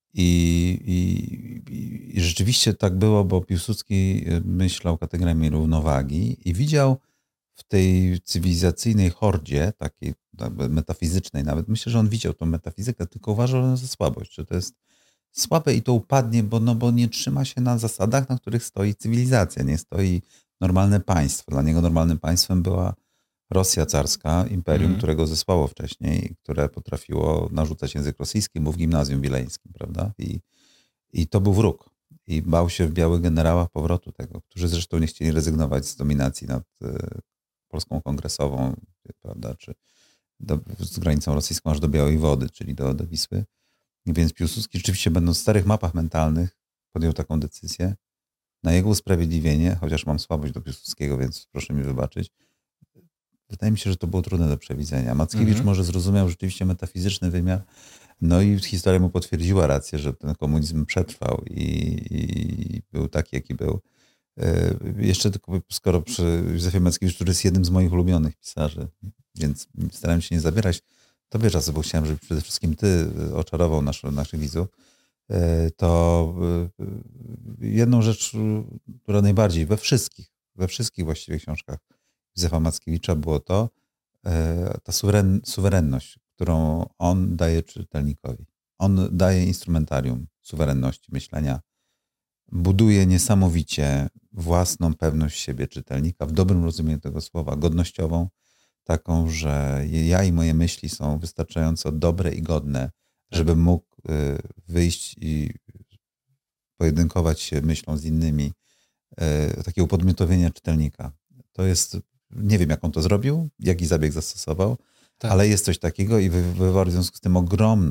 I rzeczywiście tak było, bo Piłsudski myślał kategoriami równowagi i widział w tej cywilizacyjnej hordzie, takiej metafizycznej nawet, myślę, że on widział tą metafizykę, tylko uważał ją za słabość, że to jest słabe i to upadnie, bo nie trzyma się na zasadach, na których stoi cywilizacja, nie stoi normalne państwo. Dla niego normalnym państwem była Rosja carska, imperium, którego zesłało wcześniej, które potrafiło narzucać język rosyjski, był w gimnazjum wileńskim, prawda? I to był wróg. I bał się w białych generałach powrotu tego, którzy zresztą nie chcieli rezygnować z dominacji nad Polską Kongresową, prawda? Czy z granicą rosyjską aż do Białej Wody, czyli do Wisły. Więc Piłsudski rzeczywiście, będąc w starych mapach mentalnych, podjął taką decyzję. Na jego usprawiedliwienie, chociaż mam słabość do Piłsudskiego, więc proszę mi wybaczyć, wydaje mi się, że to było trudne do przewidzenia. Mackiewicz może zrozumiał rzeczywiście metafizyczny wymiar, no i historia mu potwierdziła rację, że ten komunizm przetrwał i był taki, jaki był. Jeszcze tylko, skoro przy Józefie Mackiewiczu, który jest jednym z moich ulubionych pisarzy, więc starałem się nie zabierać tobie czasu, bo chciałem, żeby przede wszystkim ty oczarował naszych widzów, to jedną rzecz, która najbardziej we wszystkich właściwie książkach Józefa Mackiewicza było to, ta suwerenność, którą on daje czytelnikowi. On daje instrumentarium suwerenności myślenia. Buduje niesamowicie własną pewność siebie czytelnika, w dobrym rozumieniu tego słowa, godnościową, taką, że ja i moje myśli są wystarczająco dobre i godne, żebym mógł wyjść i pojedynkować się myślą z innymi, takie upodmiotowienie czytelnika. To jest, nie wiem jak on to zrobił, jaki zabieg zastosował, ale jest coś takiego i wywarł w związku z tym ogromną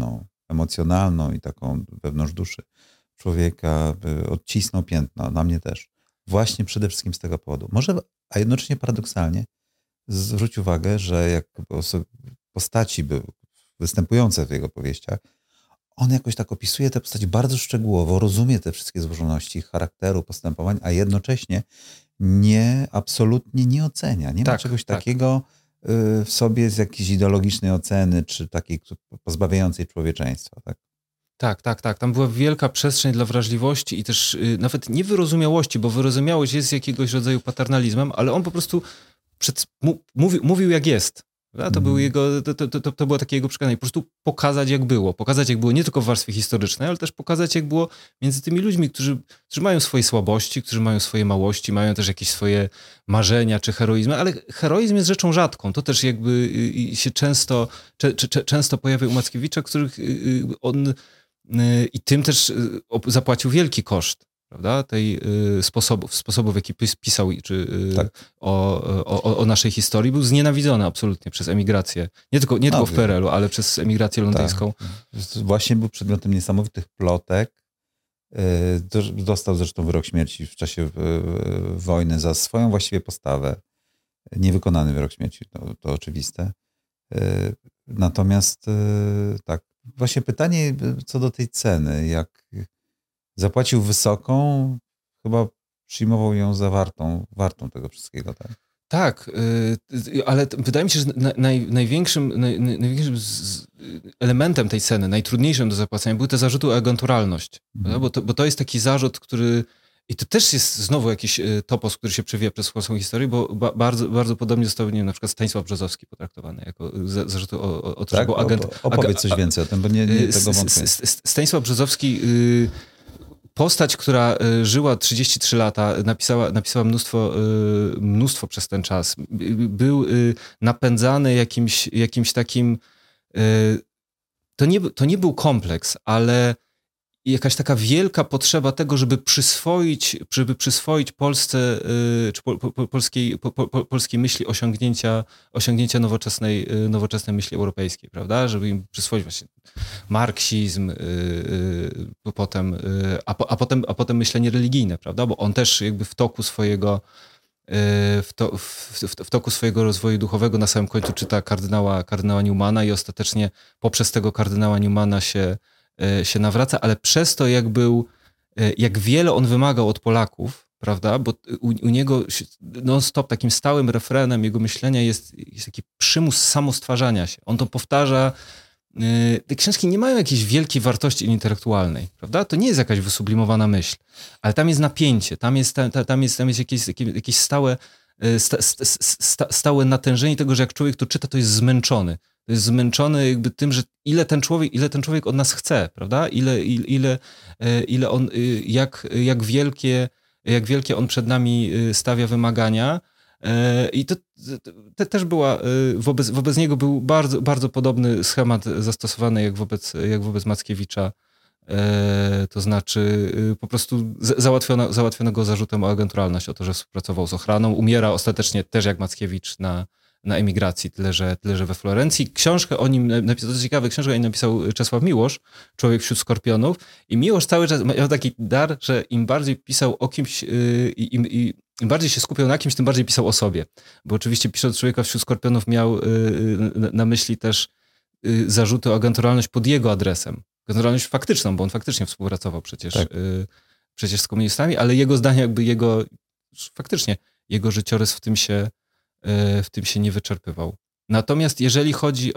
emocjonalną i taką wewnątrz duszy człowieka odcisnął piętno, na mnie też. Właśnie przede wszystkim z tego powodu. A jednocześnie paradoksalnie zwróć uwagę, że jak postaci występujące w jego powieściach, on jakoś tak opisuje te postaci bardzo szczegółowo, rozumie te wszystkie złożoności charakteru, postępowań, a jednocześnie absolutnie nie ocenia. Nie ma czegoś takiego w sobie z jakiejś ideologicznej oceny, czy takiej pozbawiającej człowieczeństwa. Tak. Tam była wielka przestrzeń dla wrażliwości i też nawet nie wyrozumiałości, bo wyrozumiałość jest jakiegoś rodzaju paternalizmem, ale on po prostu mówił jak jest. To był to było takie jego przekonanie. Po prostu pokazać jak było. Pokazać jak było nie tylko w warstwie historycznej, ale też pokazać jak było między tymi ludźmi, którzy mają swoje słabości, którzy mają swoje małości, mają też jakieś swoje marzenia czy heroizmy, ale heroizm jest rzeczą rzadką. To też jakby się często pojawia u Mackiewicza, których on i tym też zapłacił wielki koszt. Prawda? Tej sposobów, w jaki pisał o naszej historii, był znienawidzony absolutnie przez emigrację. Nie tylko w PRL-u, ale przez emigrację londyńską. Właśnie był przedmiotem niesamowitych plotek. Dostał zresztą wyrok śmierci w czasie wojny za swoją właściwie postawę. Niewykonany wyrok śmierci, to oczywiste. Natomiast właśnie pytanie co do tej ceny, jak zapłacił wysoką, chyba przyjmował ją za wartą tego wszystkiego, tak? Tak, ale wydaje mi się, że największym elementem tej ceny, najtrudniejszym do zapłacenia, były te zarzuty o agenturalność. Bo to jest taki zarzut, który... I to też jest znowu jakiś topos, który się przewija przez polską historię, bo bardzo, bardzo podobnie został, na przykład Stanisław Brzozowski potraktowany jako zarzuty o to, że był agent... Opowiedz coś więcej o tym, bo nie tego wątpię. Stanisław Brzozowski... Postać, która żyła 33 lata, napisała mnóstwo przez ten czas. Był napędzany jakimś takim... To nie był kompleks, ale jakaś taka wielka potrzeba tego, żeby przyswoić Polsce, czy polskiej myśli osiągnięcia nowoczesnej myśli europejskiej, prawda? Żeby im przyswoić właśnie marksizm, a potem myślenie religijne, prawda? Bo on też jakby w toku swojego rozwoju duchowego na samym końcu czyta kardynała Newmana i ostatecznie poprzez tego kardynała Newmana się nawraca, ale przez to jak wiele on wymagał od Polaków, prawda, bo u niego non-stop takim stałym refrenem jego myślenia jest taki przymus samostwarzania się. On to powtarza. Te książki nie mają jakiejś wielkiej wartości intelektualnej, prawda? To nie jest jakaś wysublimowana myśl, ale tam jest napięcie, tam jest jakieś stałe natężenie tego, że jak człowiek to czyta, to jest zmęczony. To jest zmęczony jakby tym, że ile ten człowiek od nas chce, prawda? Ile on, jak wielkie on przed nami stawia wymagania. I to też była, wobec niego był bardzo, bardzo podobny schemat zastosowany jak wobec Mackiewicza. To znaczy po prostu załatwiono go zarzutem o agenturalność, o to, że współpracował z ochraną. Umiera ostatecznie też jak Mackiewicz na emigracji, tyle że we Florencji. Książkę o nim napisał, to ciekawe, książkę o nim napisał Czesław Miłosz, Człowiek wśród skorpionów. I Miłosz cały czas miał taki dar, że im bardziej pisał o kimś, im bardziej się skupiał na kimś, tym bardziej pisał o sobie. Bo oczywiście pisząc Człowieka wśród skorpionów miał na myśli też zarzuty o agenturalność pod jego adresem. Agenturalność faktyczną, bo on faktycznie współpracował przecież z komunistami, ale jego zdanie faktycznie jego życiorys w tym się nie wyczerpywał. Natomiast jeżeli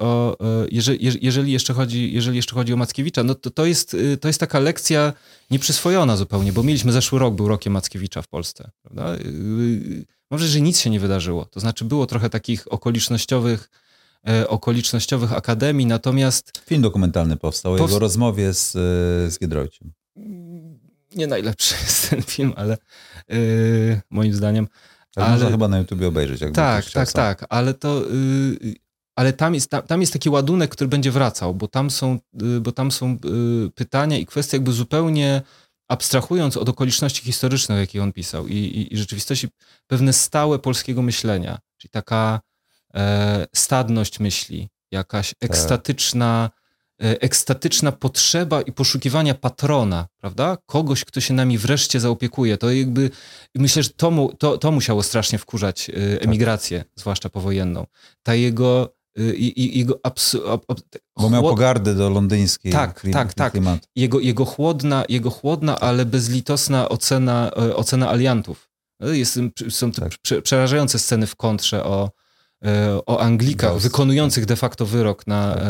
jeszcze chodzi o Mackiewicza, no to jest taka lekcja nieprzyswojona zupełnie, bo zeszły rok był rokiem Mackiewicza w Polsce, prawda? Mam wrażenie, że nic się nie wydarzyło. To znaczy było trochę takich okolicznościowych akademii, natomiast... Film dokumentalny powstał o jego rozmowie z Giedroyciem. Nie najlepszy jest ten film, ale moim zdaniem... Można chyba na YouTubie obejrzeć. Tak, ale tam jest taki ładunek, który będzie wracał, bo tam są pytania i kwestie jakby zupełnie abstrahując od okoliczności historycznych, jakie on pisał i rzeczywistości, pewne stałe polskiego myślenia, czyli taka stadność myśli, jakaś ekstatyczna ekstatyczna potrzeba i poszukiwania patrona, prawda? Kogoś, kto się nami wreszcie zaopiekuje. To jakby, myślę, że to musiało strasznie wkurzać emigrację, zwłaszcza powojenną. Ta jego bo miał pogardę do londyńskiej klimatu. Jego chłodna, ale bezlitosna ocena aliantów. Są przerażające sceny w kontrze o Anglikach wykonujących de facto wyrok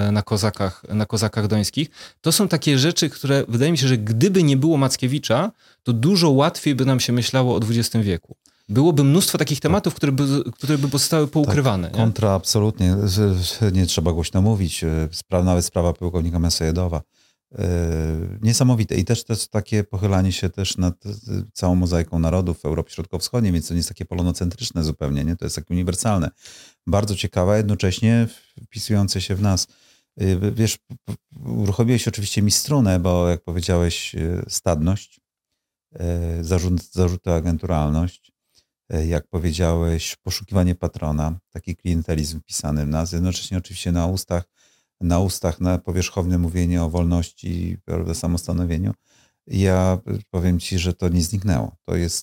na kozakach dońskich. To są takie rzeczy, które wydaje mi się, że gdyby nie było Mackiewicza, to dużo łatwiej by nam się myślało o XX wieku. Byłoby mnóstwo takich tematów, które by pozostały poukrywane. Tak, kontra absolutnie. Nie trzeba głośno mówić. Nawet sprawa pułkownika Mesejedowa. Niesamowite. I też takie pochylanie się też nad całą mozaiką narodów w Europie Środkowo-Wschodniej, więc to nie jest takie polonocentryczne zupełnie, nie? To jest takie uniwersalne. Bardzo ciekawe, jednocześnie wpisujące się w nas. Wiesz, uruchomiłeś oczywiście mi strunę, bo jak powiedziałeś, stadność, zarzuty o agenturalność, jak powiedziałeś, poszukiwanie patrona, taki klientelizm wpisany w nas, jednocześnie oczywiście na powierzchowne mówienie o wolności, prawda, samostanowieniu. Ja powiem ci, że to nie zniknęło.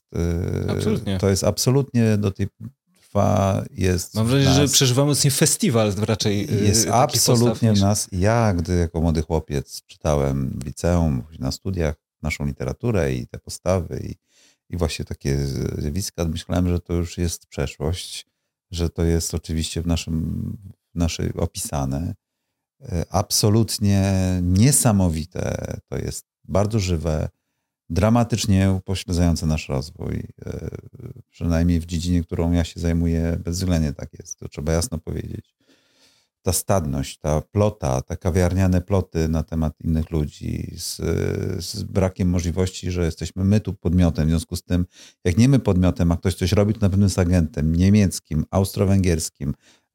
To jest absolutnie do tej jest. Mam wrażenie, że przeżywamy obecnie festiwal raczej. Jest absolutnie w nas. Ja, gdy jako młody chłopiec czytałem w liceum, na studiach naszą literaturę i te postawy i właśnie takie zjawiska, myślałem, że to już jest przeszłość, że to jest oczywiście w naszej opisane. Absolutnie niesamowite. To jest bardzo żywe, dramatycznie upośledzające nasz rozwój. Przynajmniej w dziedzinie, którą ja się zajmuję, bezwzględnie tak jest. To trzeba jasno powiedzieć. Ta stadność, ta plota, te kawiarniane ploty na temat innych ludzi z brakiem możliwości, że jesteśmy my tu podmiotem. W związku z tym, jak nie my podmiotem, a ktoś coś robi, to na pewno jest agentem niemieckim, austro-węgierskim,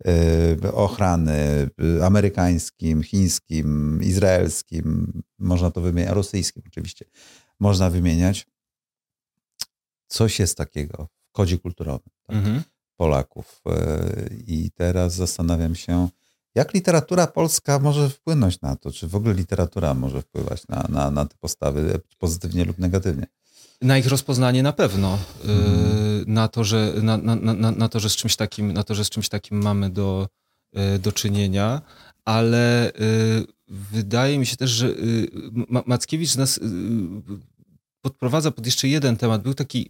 ochrany, amerykańskim, chińskim, izraelskim, można to wymieniać, rosyjskim oczywiście, można wymieniać. Coś jest takiego w kodzie kulturowym Polaków. I teraz zastanawiam się, jak literatura polska może wpłynąć na to, czy w ogóle literatura może wpływać na te postawy pozytywnie lub negatywnie. Na ich rozpoznanie na pewno. Na to, że z czymś takim mamy do czynienia, ale wydaje mi się też, że Mackiewicz nas podprowadza pod jeszcze jeden temat. Był taki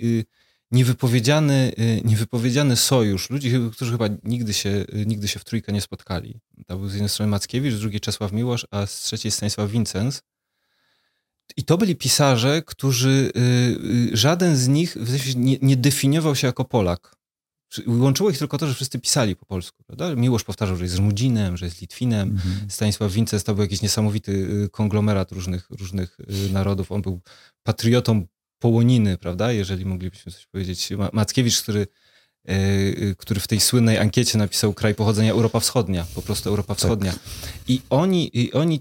niewypowiedziany sojusz ludzi, którzy chyba nigdy się w trójkę nie spotkali. To był z jednej strony Mackiewicz, z drugiej Czesław Miłosz, a z trzeciej Stanisław Wincens. I to byli pisarze, którzy żaden z nich nie definiował się jako Polak. Łączyło ich tylko to, że wszyscy pisali po polsku. Prawda? Miłosz powtarzał, że jest Żmudzinem, że jest Litwinem. Stanisław Wincens to był jakiś niesamowity konglomerat różnych narodów. On był patriotą Połoniny, prawda? Jeżeli moglibyśmy coś powiedzieć. Mackiewicz, który w tej słynnej ankiecie napisał kraj pochodzenia Europa Wschodnia, po prostu Europa Wschodnia. I oni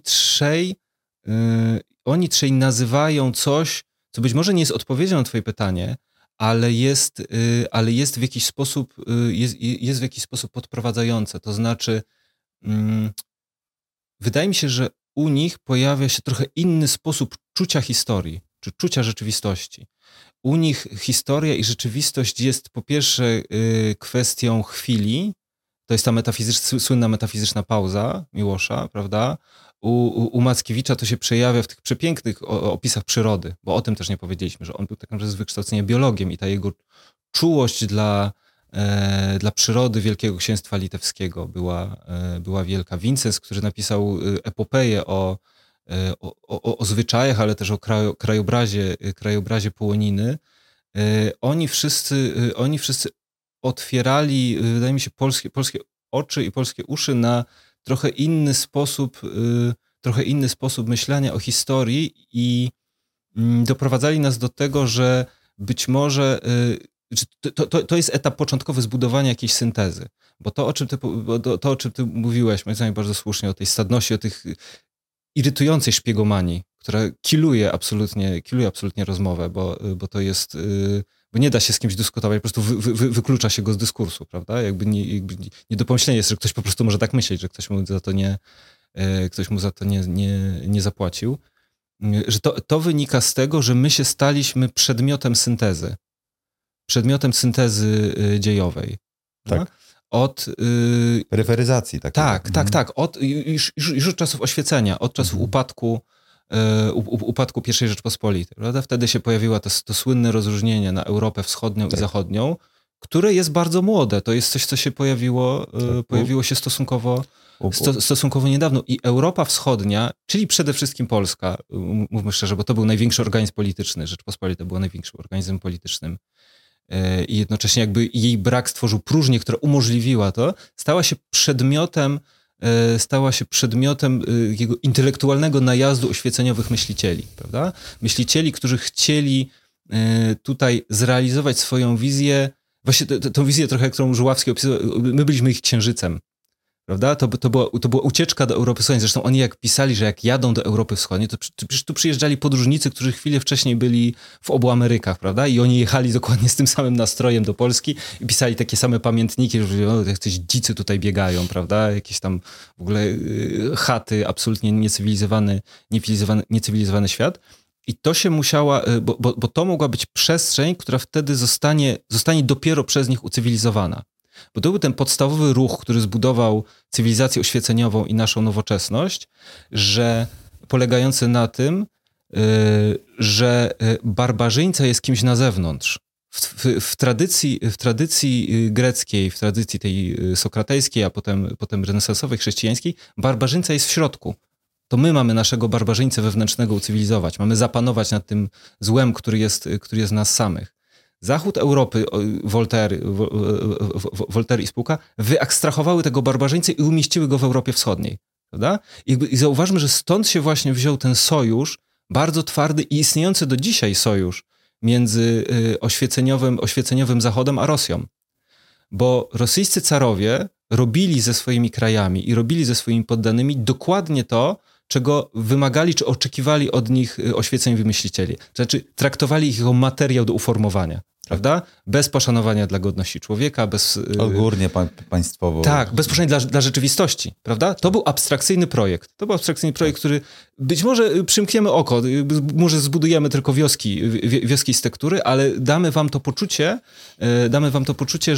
trzej nazywają coś, co być może nie jest odpowiedzią na twoje pytanie, ale jest w jakiś sposób podprowadzające. To znaczy, wydaje mi się, że u nich pojawia się trochę inny sposób czucia historii, czy czucia rzeczywistości. U nich historia i rzeczywistość jest po pierwsze kwestią chwili, to jest ta słynna metafizyczna pauza Miłosza, prawda? U Mackiewicza to się przejawia w tych przepięknych opisach przyrody, bo o tym też nie powiedzieliśmy, że on był tak naprawdę z wykształcenia biologiem i ta jego czułość dla przyrody Wielkiego Księstwa Litewskiego była wielka. Wincens, który napisał epopeję o zwyczajach, ale też o krajobrazie Połoniny, oni wszyscy otwierali, wydaje mi się, polskie oczy i polskie uszy na trochę inny sposób myślenia o historii i doprowadzali nas do tego, że być może to jest etap początkowy zbudowania jakiejś syntezy. Bo to, o czym ty mówiłeś, moim zdaniem bardzo słusznie, o tej stadności, o tych irytującej szpiegomanii, która kiluje absolutnie rozmowę, bo to jest... Bo nie da się z kimś dyskutować, po prostu wyklucza się go z dyskursu, prawda? Jakby nie do pomyślenia jest, że ktoś po prostu może tak myśleć, że ktoś mu za to ktoś mu za to nie zapłacił, że to wynika z tego, że my się staliśmy przedmiotem syntezy dziejowej. Tak. No? Od peryferyzacji takiej. Tak. Już od czasów oświecenia, od czasów upadku I Rzeczpospolitej. Prawda? Wtedy się pojawiło to słynne rozróżnienie na Europę Wschodnią i Zachodnią, które jest bardzo młode. To jest coś, co się pojawiło się stosunkowo niedawno. I Europa Wschodnia, czyli przede wszystkim Polska, mówmy szczerze, bo to był największy organizm polityczny, Rzeczpospolita była największym organizmem politycznym, i jednocześnie jakby jej brak stworzył próżnię, która umożliwiła to, stała się przedmiotem jego intelektualnego najazdu oświeceniowych myślicieli, prawda? Myślicieli, którzy chcieli tutaj zrealizować swoją wizję, właśnie tą wizję trochę, którą Żuławski opisał, my byliśmy ich księżycem, prawda? To była ucieczka do Europy Wschodniej. Zresztą oni jak pisali, że jak jadą do Europy Wschodniej, to przecież tu przyjeżdżali podróżnicy, którzy chwilę wcześniej byli w obu Amerykach, prawda? I oni jechali dokładnie z tym samym nastrojem do Polski i pisali takie same pamiętniki, że jacyś dzicy tutaj biegają, prawda? Jakieś tam w ogóle chaty, absolutnie niecywilizowany świat. I to się musiała, bo to mogła być przestrzeń, która wtedy zostanie dopiero przez nich ucywilizowana. Bo to był ten podstawowy ruch, który zbudował cywilizację oświeceniową i naszą nowoczesność, że polegający na tym, że barbarzyńca jest kimś na zewnątrz. W tradycji greckiej, w tradycji tej sokratejskiej, a potem renesansowej, chrześcijańskiej, barbarzyńca jest w środku. To my mamy naszego barbarzyńcę wewnętrznego ucywilizować. Mamy zapanować nad tym złem, który jest w nas samych. Zachód Europy, Voltaire i spółka, wyekstrahowały tego barbarzyńcę i umieściły go w Europie Wschodniej. Prawda? I zauważmy, że stąd się właśnie wziął ten sojusz, bardzo twardy i istniejący do dzisiaj sojusz między oświeceniowym Zachodem a Rosją. Bo rosyjscy carowie robili ze swoimi krajami i robili ze swoimi poddanymi dokładnie to, czego wymagali czy oczekiwali od nich oświeceniowi myślicieli. Znaczy traktowali ich jako materiał do uformowania. Prawda? Bez poszanowania dla godności człowieka, bez... Ogólnie państwowo. Tak, bez poszanowania dla rzeczywistości, prawda? To był abstrakcyjny projekt. Który być może przymkniemy oko, może zbudujemy tylko wioski z tektury, ale damy wam to poczucie,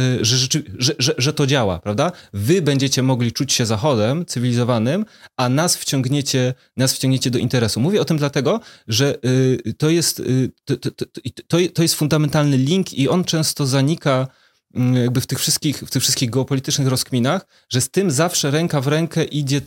że to działa, prawda? Wy będziecie mogli czuć się Zachodem cywilizowanym, a nas wciągniecie do interesu. Mówię o tym dlatego, że to jest fundamentalny link i on często zanika jakby w tych wszystkich geopolitycznych rozkminach, że z tym zawsze ręka w rękę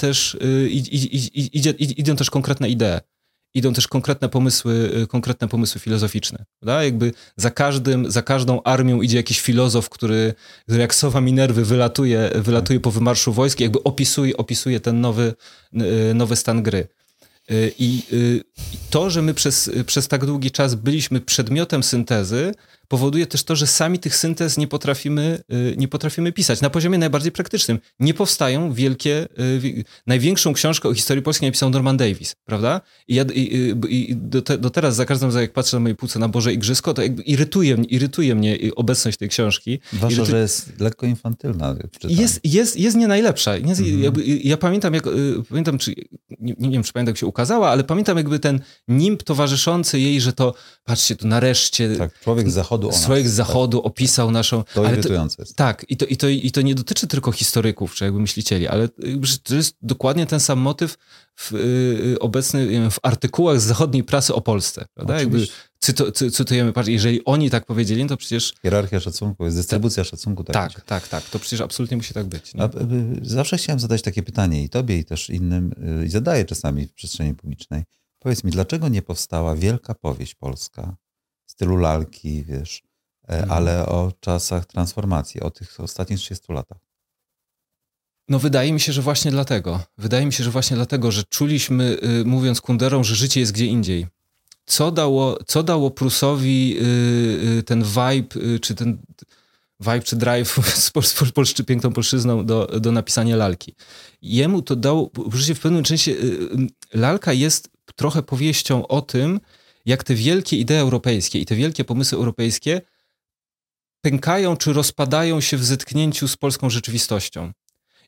idą też konkretne idee. Idą też konkretne pomysły filozoficzne. Prawda? Jakby za każdą armią idzie jakiś filozof, który jak sowa Minerwy wylatuje po wymarszu wojsk i jakby opisuje ten nowy stan gry. I to, że my przez tak długi czas byliśmy przedmiotem syntezy, powoduje też to, że sami tych syntez nie potrafimy pisać. Na poziomie najbardziej praktycznym. Nie powstają największą książkę o historii polskiej napisał Norman Davies, prawda? I do teraz za każdym razem, jak patrzę na mojej półce na Boże Igrzysko, to jakby irytuje mnie obecność tej książki. Zwłaszcza, że jest lekko infantylna. Jest nie najlepsza. Ja pamiętam, czy nie wiem, czy pamiętam, jak się ukazała, ale pamiętam jakby ten nimb towarzyszący jej, że to, patrzcie, tu nareszcie... Tak, człowiek z Zachodu opisał naszą... To irytujące jest. Tak, i to nie dotyczy tylko historyków, czy jakby myślicieli, ale to jest dokładnie ten sam motyw obecny w artykułach z zachodniej prasy o Polsce. Prawda? Jakby cytujemy, jeżeli oni tak powiedzieli, to przecież... Hierarchia szacunku, jest dystrybucja szacunku. Tak, to przecież absolutnie musi tak być. Nie? Zawsze chciałem zadać takie pytanie i tobie, i też innym, i zadaję czasami w przestrzeni publicznej. Powiedz mi, dlaczego nie powstała wielka powieść polska w stylu lalki, wiesz, ale o czasach transformacji, o tych ostatnich 30 latach? No wydaje mi się, że właśnie dlatego, że czuliśmy, mówiąc Kunderą, że życie jest gdzie indziej. Co dało Prusowi ten vibe, czy drive z piękną polszczyzną do napisania lalki? Jemu to dało, w pewnym sensie lalka jest trochę powieścią o tym, jak te wielkie idee europejskie i te wielkie pomysły europejskie pękają czy rozpadają się w zetknięciu z polską rzeczywistością.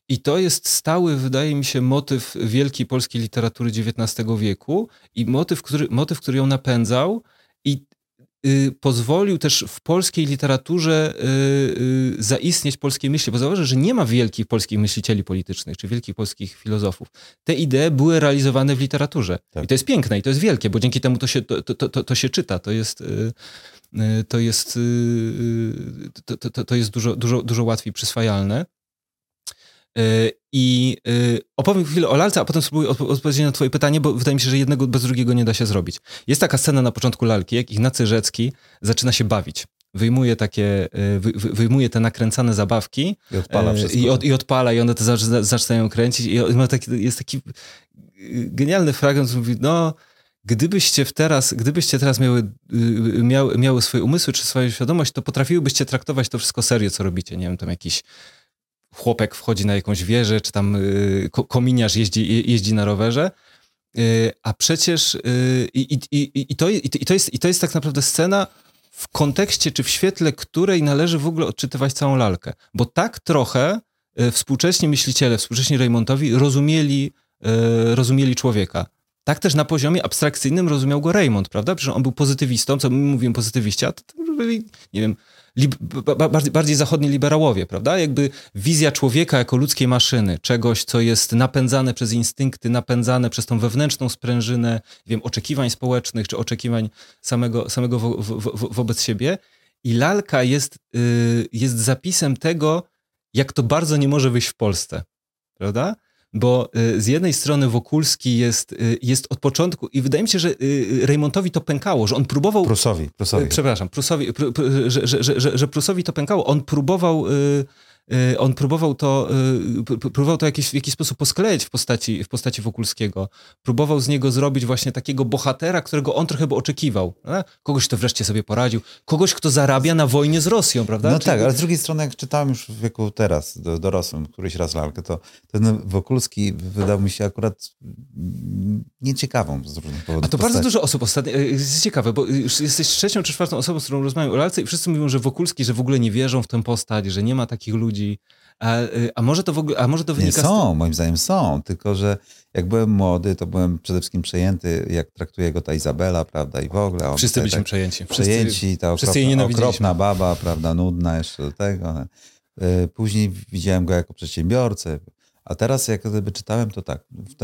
I to jest stały, wydaje mi się, motyw wielkiej polskiej literatury XIX wieku i motyw, który ją napędzał i pozwolił też w polskiej literaturze zaistnieć polskiej myśli, bo zauważy, że nie ma wielkich polskich myślicieli politycznych, czy wielkich polskich filozofów. Te idee były realizowane w literaturze. Tak. I to jest piękne i to jest wielkie, bo dzięki temu to się czyta. To jest dużo łatwiej przyswajalne. I opowiem chwilę o lalce, a potem spróbuję odpowiedzieć na twoje pytanie, bo wydaje mi się, że jednego bez drugiego nie da się zrobić. Jest taka scena na początku lalki, jak Ignacy Rzecki zaczyna się bawić. Wyjmuje te nakręcane zabawki i odpala wszystko. I odpala i one to zaczynają kręcić i jest taki genialny fragment, który mówi, no gdybyście teraz miały swoje umysły czy swoją świadomość, to potrafiłybyście traktować to wszystko serio, co robicie. Nie wiem, tam jakiś chłopek wchodzi na jakąś wieżę, czy tam kominiarz jeździ na rowerze, a przecież to jest tak naprawdę scena, w kontekście czy w świetle której należy w ogóle odczytywać całą lalkę. Bo tak trochę współcześni myśliciele, współcześni Reymontowi rozumieli człowieka. Tak też na poziomie abstrakcyjnym rozumiał go Reymont, prawda? Przecież on był pozytywistą, co my mówimy pozytywiści, a to byli, nie wiem, bardziej zachodni liberałowie, prawda? Jakby wizja człowieka jako ludzkiej maszyny, czegoś, co jest napędzane przez instynkty, napędzane przez tą wewnętrzną sprężynę, nie wiem, oczekiwań społecznych, czy oczekiwań samego wobec siebie. I lalka jest zapisem tego, jak to bardzo nie może wyjść w Polsce, prawda? Bo z jednej strony Wokulski jest od początku i wydaje mi się, że Reymontowi to pękało, że on próbował... Prusowi. Przepraszam, że Prusowi to pękało. On próbował to w jakiś sposób poskleić w postaci Wokulskiego. Próbował z niego zrobić właśnie takiego bohatera, którego on trochę by oczekiwał. Kogoś, kto wreszcie sobie poradził. Kogoś, kto zarabia na wojnie z Rosją, prawda? No tak, ale z drugiej strony, jak czytałem już w wieku teraz, dorosłym, któryś raz lalkę, to ten Wokulski wydał mi się akurat nieciekawą z różnych powodów. A to bardzo dużo osób ostatnio... Jest ciekawe, bo już jesteś trzecią czy czwartą osobą, z którą rozmawiam o lalce i wszyscy mówią, że Wokulski, że w ogóle nie wierzą w tę postać, że nie ma takich ludzi. A może to w ogóle, wynika z tego? Moim zdaniem są, tylko że jak byłem młody, to byłem przede wszystkim przejęty, jak traktuje go ta Izabela, prawda, i w ogóle. Wszyscy byliśmy przejęci. Ta okropna baba, prawda, nudna jeszcze do tego. Później widziałem go jako przedsiębiorcę, a teraz jak gdyby czytałem, to tak, w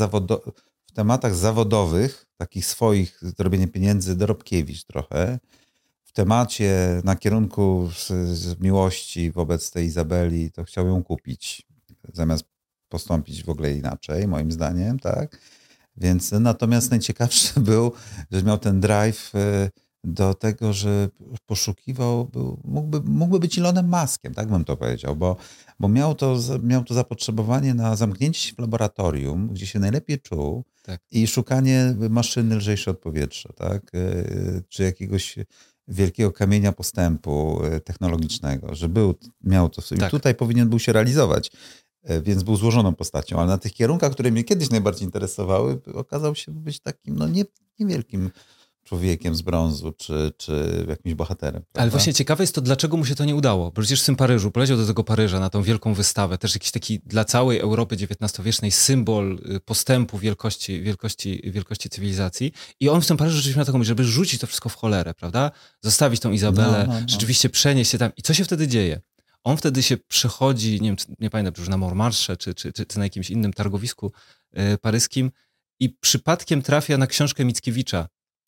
tematach zawodowych, takich swoich, zrobienie pieniędzy, Dorobkiewicz trochę, w temacie na kierunku z miłości wobec tej Izabeli, to chciał ją kupić, zamiast postąpić w ogóle inaczej, moim zdaniem, tak? Więc natomiast najciekawszy był, że miał ten drive do tego, że poszukiwał, mógłby być Elonem Muskiem, tak bym to powiedział, bo miał to zapotrzebowanie na zamknięcie się w laboratorium, gdzie się najlepiej czuł, tak, i szukanie maszyny lżejszej od powietrza, tak? Czy jakiegoś wielkiego kamienia postępu technologicznego, że miał to w sobie. Tak. Tutaj powinien był się realizować, więc był złożoną postacią, ale na tych kierunkach, które mnie kiedyś najbardziej interesowały, okazał się być takim niewielkim człowiekiem z brązu, czy jakimś bohaterem. Prawda? Ale właśnie ciekawe jest to, dlaczego mu się to nie udało. Bo przecież w tym Paryżu, poleciał do tego Paryża na tą wielką wystawę, też jakiś taki dla całej Europy XIX-wiecznej symbol postępu wielkości cywilizacji. I on w tym Paryżu rzeczywiście miał taką myśl, żeby rzucić to wszystko w cholerę, prawda? Zostawić tą Izabelę, rzeczywiście przenieść się tam. I co się wtedy dzieje? On wtedy się przechodzi, nie pamiętam, czy już na Montmartre, czy na jakimś innym targowisku paryskim i przypadkiem trafia na książkę Mickiewicza,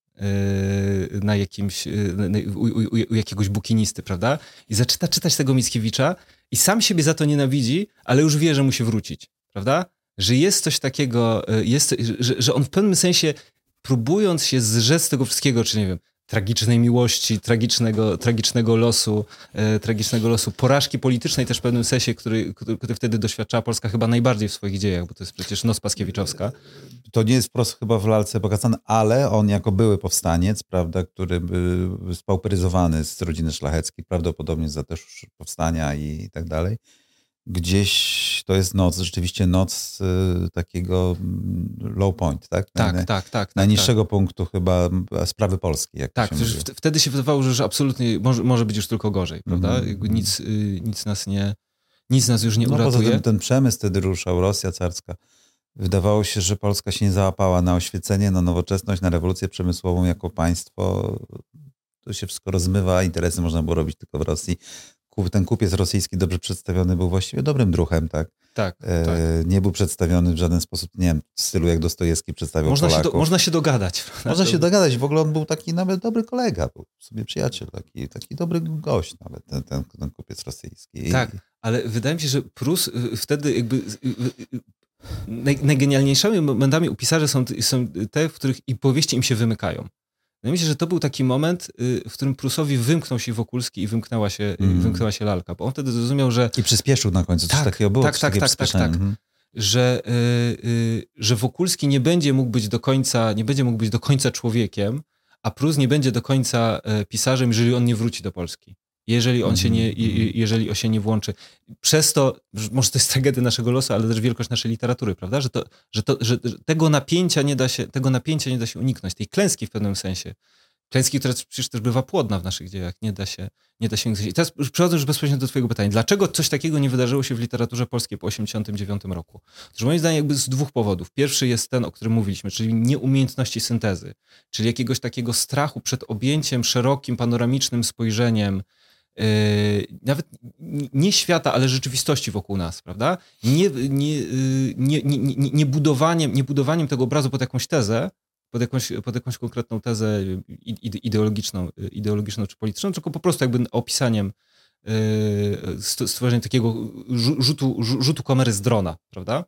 na jakimś, u jakiegoś bukinisty, prawda? I zaczyna czytać tego Mickiewicza i sam siebie za to nienawidzi, ale już wie, że musi wrócić, prawda? Że jest coś takiego, że on w pewnym sensie, próbując się zrzec tego wszystkiego, czy nie wiem, tragicznej miłości, tragicznego losu, porażki politycznej też w pewnym sensie, który wtedy doświadczała Polska chyba najbardziej w swoich dziejach, bo to jest przecież Noc Paskiewiczowska. To nie jest wprost chyba w lalce pokazane, ale on jako były powstaniec, prawda, który był spauperyzowany z rodziny szlacheckiej, prawdopodobnie za też powstania i tak dalej. Gdzieś to jest rzeczywiście noc takiego low point, tak? Tak. Najniższego punktu chyba sprawy polskiej. Jak tak, wtedy się wydawało, że absolutnie może być już tylko gorzej, prawda? Nic nas nic nas już nie uratuje. Poza tym ten przemysł wtedy ruszał, Rosja carska. Wydawało się, że Polska się nie załapała na oświecenie, na nowoczesność, na rewolucję przemysłową jako państwo. To się wszystko rozmywa, interesy można było robić tylko w Rosji. Ten kupiec rosyjski dobrze przedstawiony był właściwie dobrym druhem, tak? Tak. Nie był przedstawiony w żaden sposób, nie wiem, w stylu jak Dostojewski przedstawiał Polaków. Można się dogadać. Można się dogadać. W ogóle on był taki nawet dobry kolega, był sobie przyjaciel, taki dobry gość nawet, ten kupiec rosyjski. Tak, ale wydaje mi się, że Prus wtedy jakby... Najgenialniejszymi momentami u pisarzy są te, w których i powieści im się wymykają. Wydaje mi się, że to był taki moment, w którym Prusowi wymknął się Wokulski i wymknęła się lalka, bo on wtedy zrozumiał, że... I przyspieszył na końcu, coś takiego było. Tak. Że Wokulski nie będzie mógł być do końca człowiekiem, a Prus nie będzie do końca pisarzem, jeżeli on nie wróci do Polski. Jeżeli on się nie włączy. Przez to, może to jest tragedia naszego losu, ale też wielkość naszej literatury, prawda? Że tego napięcia nie da się uniknąć, tej klęski w pewnym sensie. Klęski, która przecież też bywa płodna w naszych dziejach, nie da się uniknąć. I teraz przechodzę już bezpośrednio do twojego pytania. Dlaczego coś takiego nie wydarzyło się w literaturze polskiej po 1989 roku? Otóż moim zdaniem jakby z dwóch powodów. Pierwszy jest ten, o którym mówiliśmy, czyli nieumiejętności syntezy, czyli jakiegoś takiego strachu przed objęciem szerokim, panoramicznym spojrzeniem nawet nie świata, ale rzeczywistości wokół nas, prawda? Nie budowaniem tego obrazu pod jakąś tezę, pod jakąś konkretną tezę ideologiczną czy polityczną, tylko po prostu jakby opisaniem, stworzeniem takiego rzutu kamery z drona, prawda?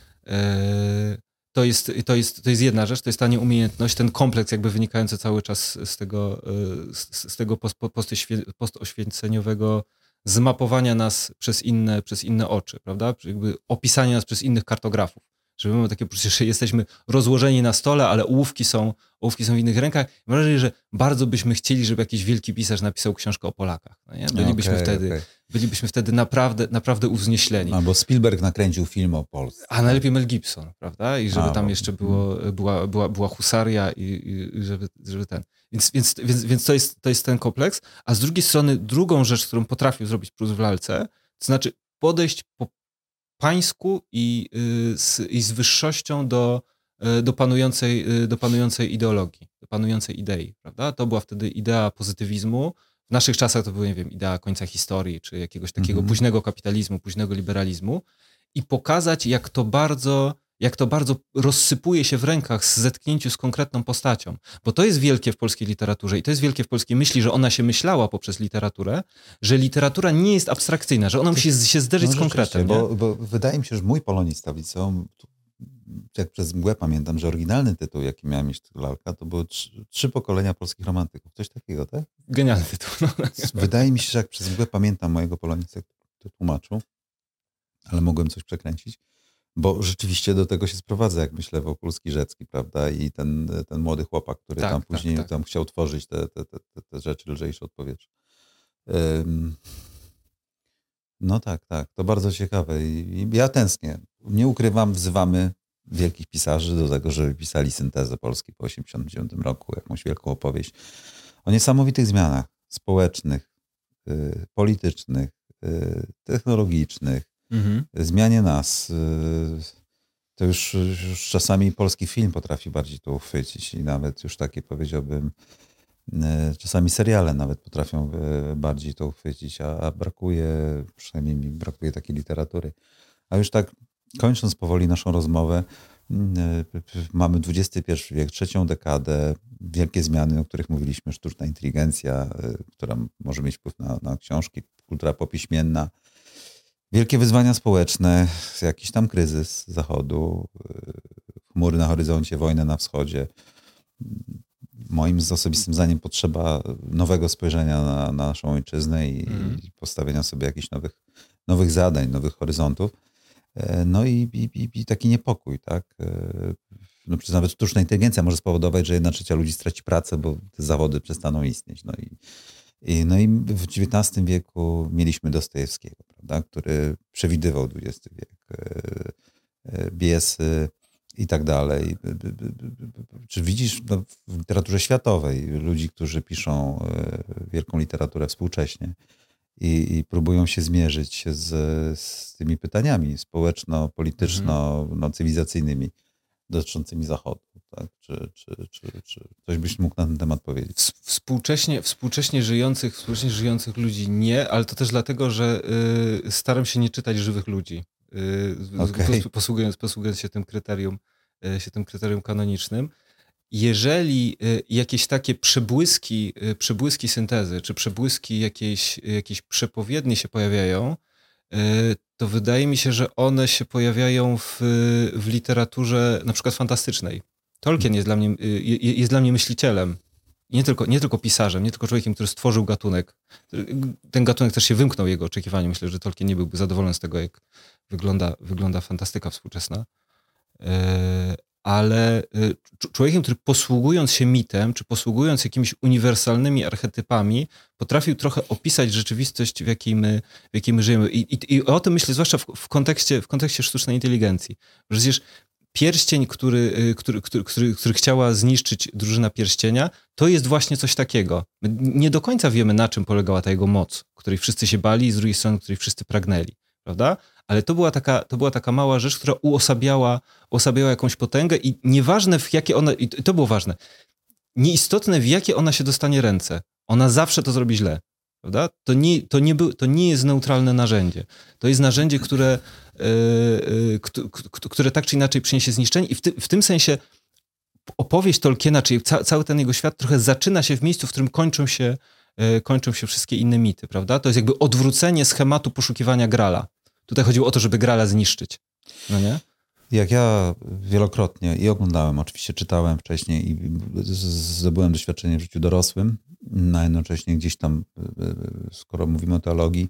To jest jedna rzecz, to jest ta nieumiejętność, ten kompleks jakby wynikający cały czas z tego postoświęceniowego zmapowania nas przez inne oczy, prawda? Jakby opisania nas przez innych kartografów. Że my mamy takie poczucie, że jesteśmy rozłożeni na stole, ale ołówki są w innych rękach. Mam wrażenie, że bardzo byśmy chcieli, żeby jakiś wielki pisarz napisał książkę o Polakach. No nie? Bylibyśmy wtedy naprawdę uwznieśleni. Albo Spielberg nakręcił film o Polsce. A najlepiej Mel Gibson, prawda? I żeby tam jeszcze była husaria i żeby ten... Więc to jest ten kompleks. A z drugiej strony drugą rzecz, którą potrafił zrobić Prus w lalce, to znaczy podejść po pańsku i z wyższością do panującej ideologii, do panującej idei, prawda? To była wtedy idea pozytywizmu. W naszych czasach to była, nie wiem, idea końca historii, czy jakiegoś takiego późnego kapitalizmu, późnego liberalizmu i pokazać, jak to bardzo rozsypuje się w rękach z zetknięciu z konkretną postacią. Bo to jest wielkie w polskiej literaturze i to jest wielkie w polskiej myśli, że ona się myślała poprzez literaturę, że literatura nie jest abstrakcyjna, że ona musi się zderzyć z konkretem. Bo wydaje mi się, że mój polonista w liceum, jak przez mgłę pamiętam, że oryginalny tytuł, jaki miałem mieć lalka, to były trzy pokolenia polskich romantyków. Coś takiego, tak? Genialny tytuł. No. Wydaje mi się, że jak przez mgłę pamiętam mojego polonistę, który to tłumaczył, ale mogłem coś przekręcić. Bo rzeczywiście do tego się sprowadza, jak myślę, Wokulski, Rzecki, prawda? I ten młody chłopak, który tam później tam chciał tworzyć te rzeczy lżejsze od powietrza. No tak. To bardzo ciekawe. I ja tęsknię. Nie ukrywam, wzywamy wielkich pisarzy do tego, żeby pisali syntezę Polski po 1989 roku, jakąś wielką opowieść o niesamowitych zmianach społecznych, politycznych, technologicznych, zmianie nas. To już czasami polski film potrafi bardziej to uchwycić i nawet już takie, powiedziałbym, czasami seriale nawet potrafią bardziej to uchwycić, a przynajmniej mi brakuje takiej literatury. A już tak kończąc powoli naszą rozmowę, mamy XXI wiek, trzecią dekadę, wielkie zmiany, o których mówiliśmy, sztuczna inteligencja, która może mieć wpływ na książki, kultura popiśmienna, wielkie wyzwania społeczne, jakiś tam kryzys Zachodu, chmury na horyzoncie, wojnę na wschodzie. Moim osobistym zdaniem potrzeba nowego spojrzenia na naszą ojczyznę i postawienia sobie jakichś nowych zadań, nowych horyzontów. No i taki niepokój, tak? No, nawet sztuczna inteligencja może spowodować, że 1/3 ludzi straci pracę, bo te zawody przestaną istnieć. No i w XIX wieku mieliśmy Dostojewskiego, prawda, który przewidywał XX wiek, Biesy i tak dalej. Czy widzisz w literaturze światowej ludzi, którzy piszą wielką literaturę współcześnie i próbują się zmierzyć się z tymi pytaniami społeczno-polityczno-cywilizacyjnymi dotyczącymi Zachodu. Tak? Czy coś byś mógł na ten temat powiedzieć? Współcześnie żyjących ludzi nie, ale to też dlatego, że staram się nie czytać żywych ludzi. Okay. Posługując się tym kryterium kanonicznym. Jeżeli jakieś takie przebłyski syntezy, czy przebłyski jakiejś przepowiedni się pojawiają, to wydaje mi się, że one się pojawiają w literaturze na przykład fantastycznej. Tolkien jest dla mnie myślicielem. I nie tylko pisarzem, nie tylko człowiekiem, który stworzył gatunek. Ten gatunek też się wymknął jego oczekiwaniu. Myślę, że Tolkien nie byłby zadowolony z tego, jak wygląda fantastyka współczesna. Ale człowiekiem, który posługując się mitem, czy posługując jakimiś uniwersalnymi archetypami, potrafił trochę opisać rzeczywistość, w jakiej my żyjemy. I o tym myślę, zwłaszcza w kontekście sztucznej inteligencji. Przecież pierścień, który chciała zniszczyć drużyna pierścienia, to jest właśnie coś takiego. My nie do końca wiemy, na czym polegała ta jego moc, której wszyscy się bali i z drugiej strony, której wszyscy pragnęli. Prawda? Ale to była taka mała rzecz, która uosabiała jakąś potęgę i nieważne w jakie ona, i to było ważne, nieistotne w jakie ona się dostanie ręce. Ona zawsze to zrobi źle. Prawda? To nie jest neutralne narzędzie. To jest narzędzie, które tak czy inaczej przyniesie zniszczenie i w tym sensie opowieść Tolkiena, czyli cały ten jego świat trochę zaczyna się w miejscu, w którym kończą się wszystkie inne mity, prawda? To jest jakby odwrócenie schematu poszukiwania Grala. Tutaj chodziło o to, żeby Grala zniszczyć. No nie? Jak ja wielokrotnie i oglądałem, oczywiście czytałem wcześniej i zdobyłem doświadczenie w życiu dorosłym, a jednocześnie gdzieś tam, skoro mówimy o teologii,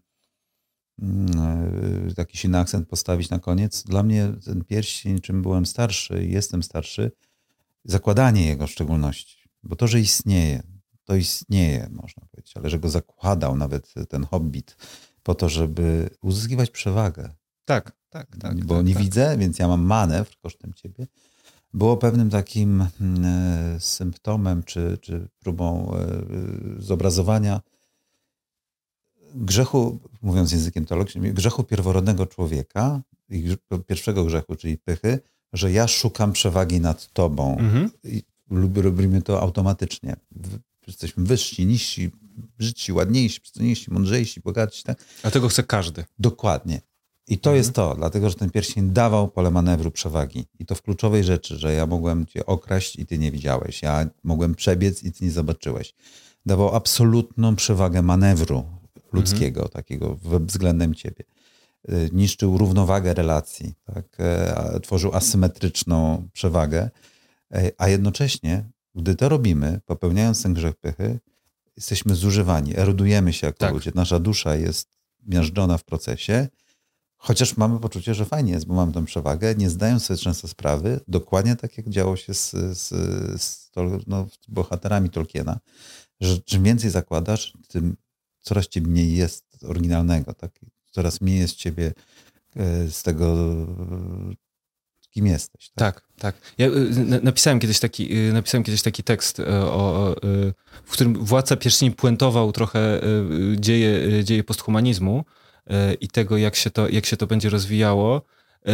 taki silny akcent postawić na koniec. Dla mnie ten pierścień, czym byłem starszy i jestem starszy, zakładanie jego w szczególności, bo to, że istnieje, to istnieje, można powiedzieć, ale że go zakładał nawet ten hobbit po to, żeby uzyskiwać przewagę. Tak. Bo nie widzę, więc ja mam manewr kosztem ciebie. Było pewnym takim symptomem czy próbą zobrazowania grzechu, mówiąc językiem teologicznym, grzechu pierworodnego człowieka, pierwszego grzechu, czyli pychy, że ja szukam przewagi nad tobą. I robimy to automatycznie. Jesteśmy wyżsi, niżsi, brzydsi, ładniejsi, przystojniejsi, mądrzejsi, bogatsi. Tak? A tego chce każdy. Dokładnie. I to jest to, dlatego że ten pierścień dawał pole manewru przewagi. I to w kluczowej rzeczy, że ja mogłem cię okraść i ty nie widziałeś. Ja mogłem przebiec i ty nie zobaczyłeś. Dawał absolutną przewagę manewru ludzkiego, takiego względem ciebie. Niszczył równowagę relacji, tak? Tworzył asymetryczną przewagę, a jednocześnie, gdy to robimy, popełniając ten grzech pychy, jesteśmy zużywani, erodujemy się jako ludzie. Nasza dusza jest miażdżona w procesie, chociaż mamy poczucie, że fajnie jest, bo mamy tę przewagę, nie zdają sobie często sprawy, dokładnie tak jak działo się z bohaterami Tolkiena, że czym więcej zakładasz, tym coraz ci mniej jest oryginalnego, tak? Coraz mniej jest ciebie z tego, kim jesteś. Tak. Ja napisałem kiedyś taki tekst, w którym Władca Pierścieni puentował trochę dzieje posthumanizmu i tego, jak się to będzie rozwijało.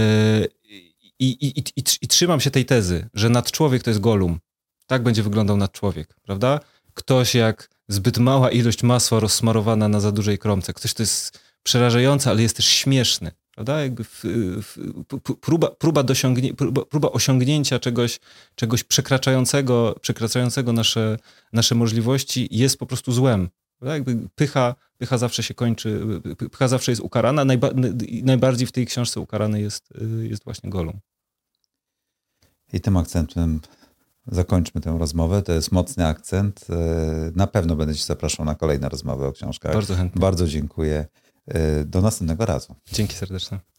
I trzymam się tej tezy, że nadczłowiek to jest Gollum. Tak będzie wyglądał nadczłowiek, prawda? Ktoś jak zbyt mała ilość masła rozsmarowana na za dużej kromce. Ktoś, kto jest przerażający, ale jest też śmieszny. Prawda? Jakby próba osiągnięcia czegoś przekraczającego nasze możliwości jest po prostu złem. Prawda? Jakby pycha zawsze się kończy, pycha zawsze jest ukarana. Najbardziej w tej książce ukarany jest właśnie Gollum. I tym akcentem zakończmy tę rozmowę. To jest mocny akcent. Na pewno będę cię zapraszał na kolejne rozmowy o książkach. Bardzo chętnie. Bardzo dziękuję. Do następnego razu. Dzięki serdeczne.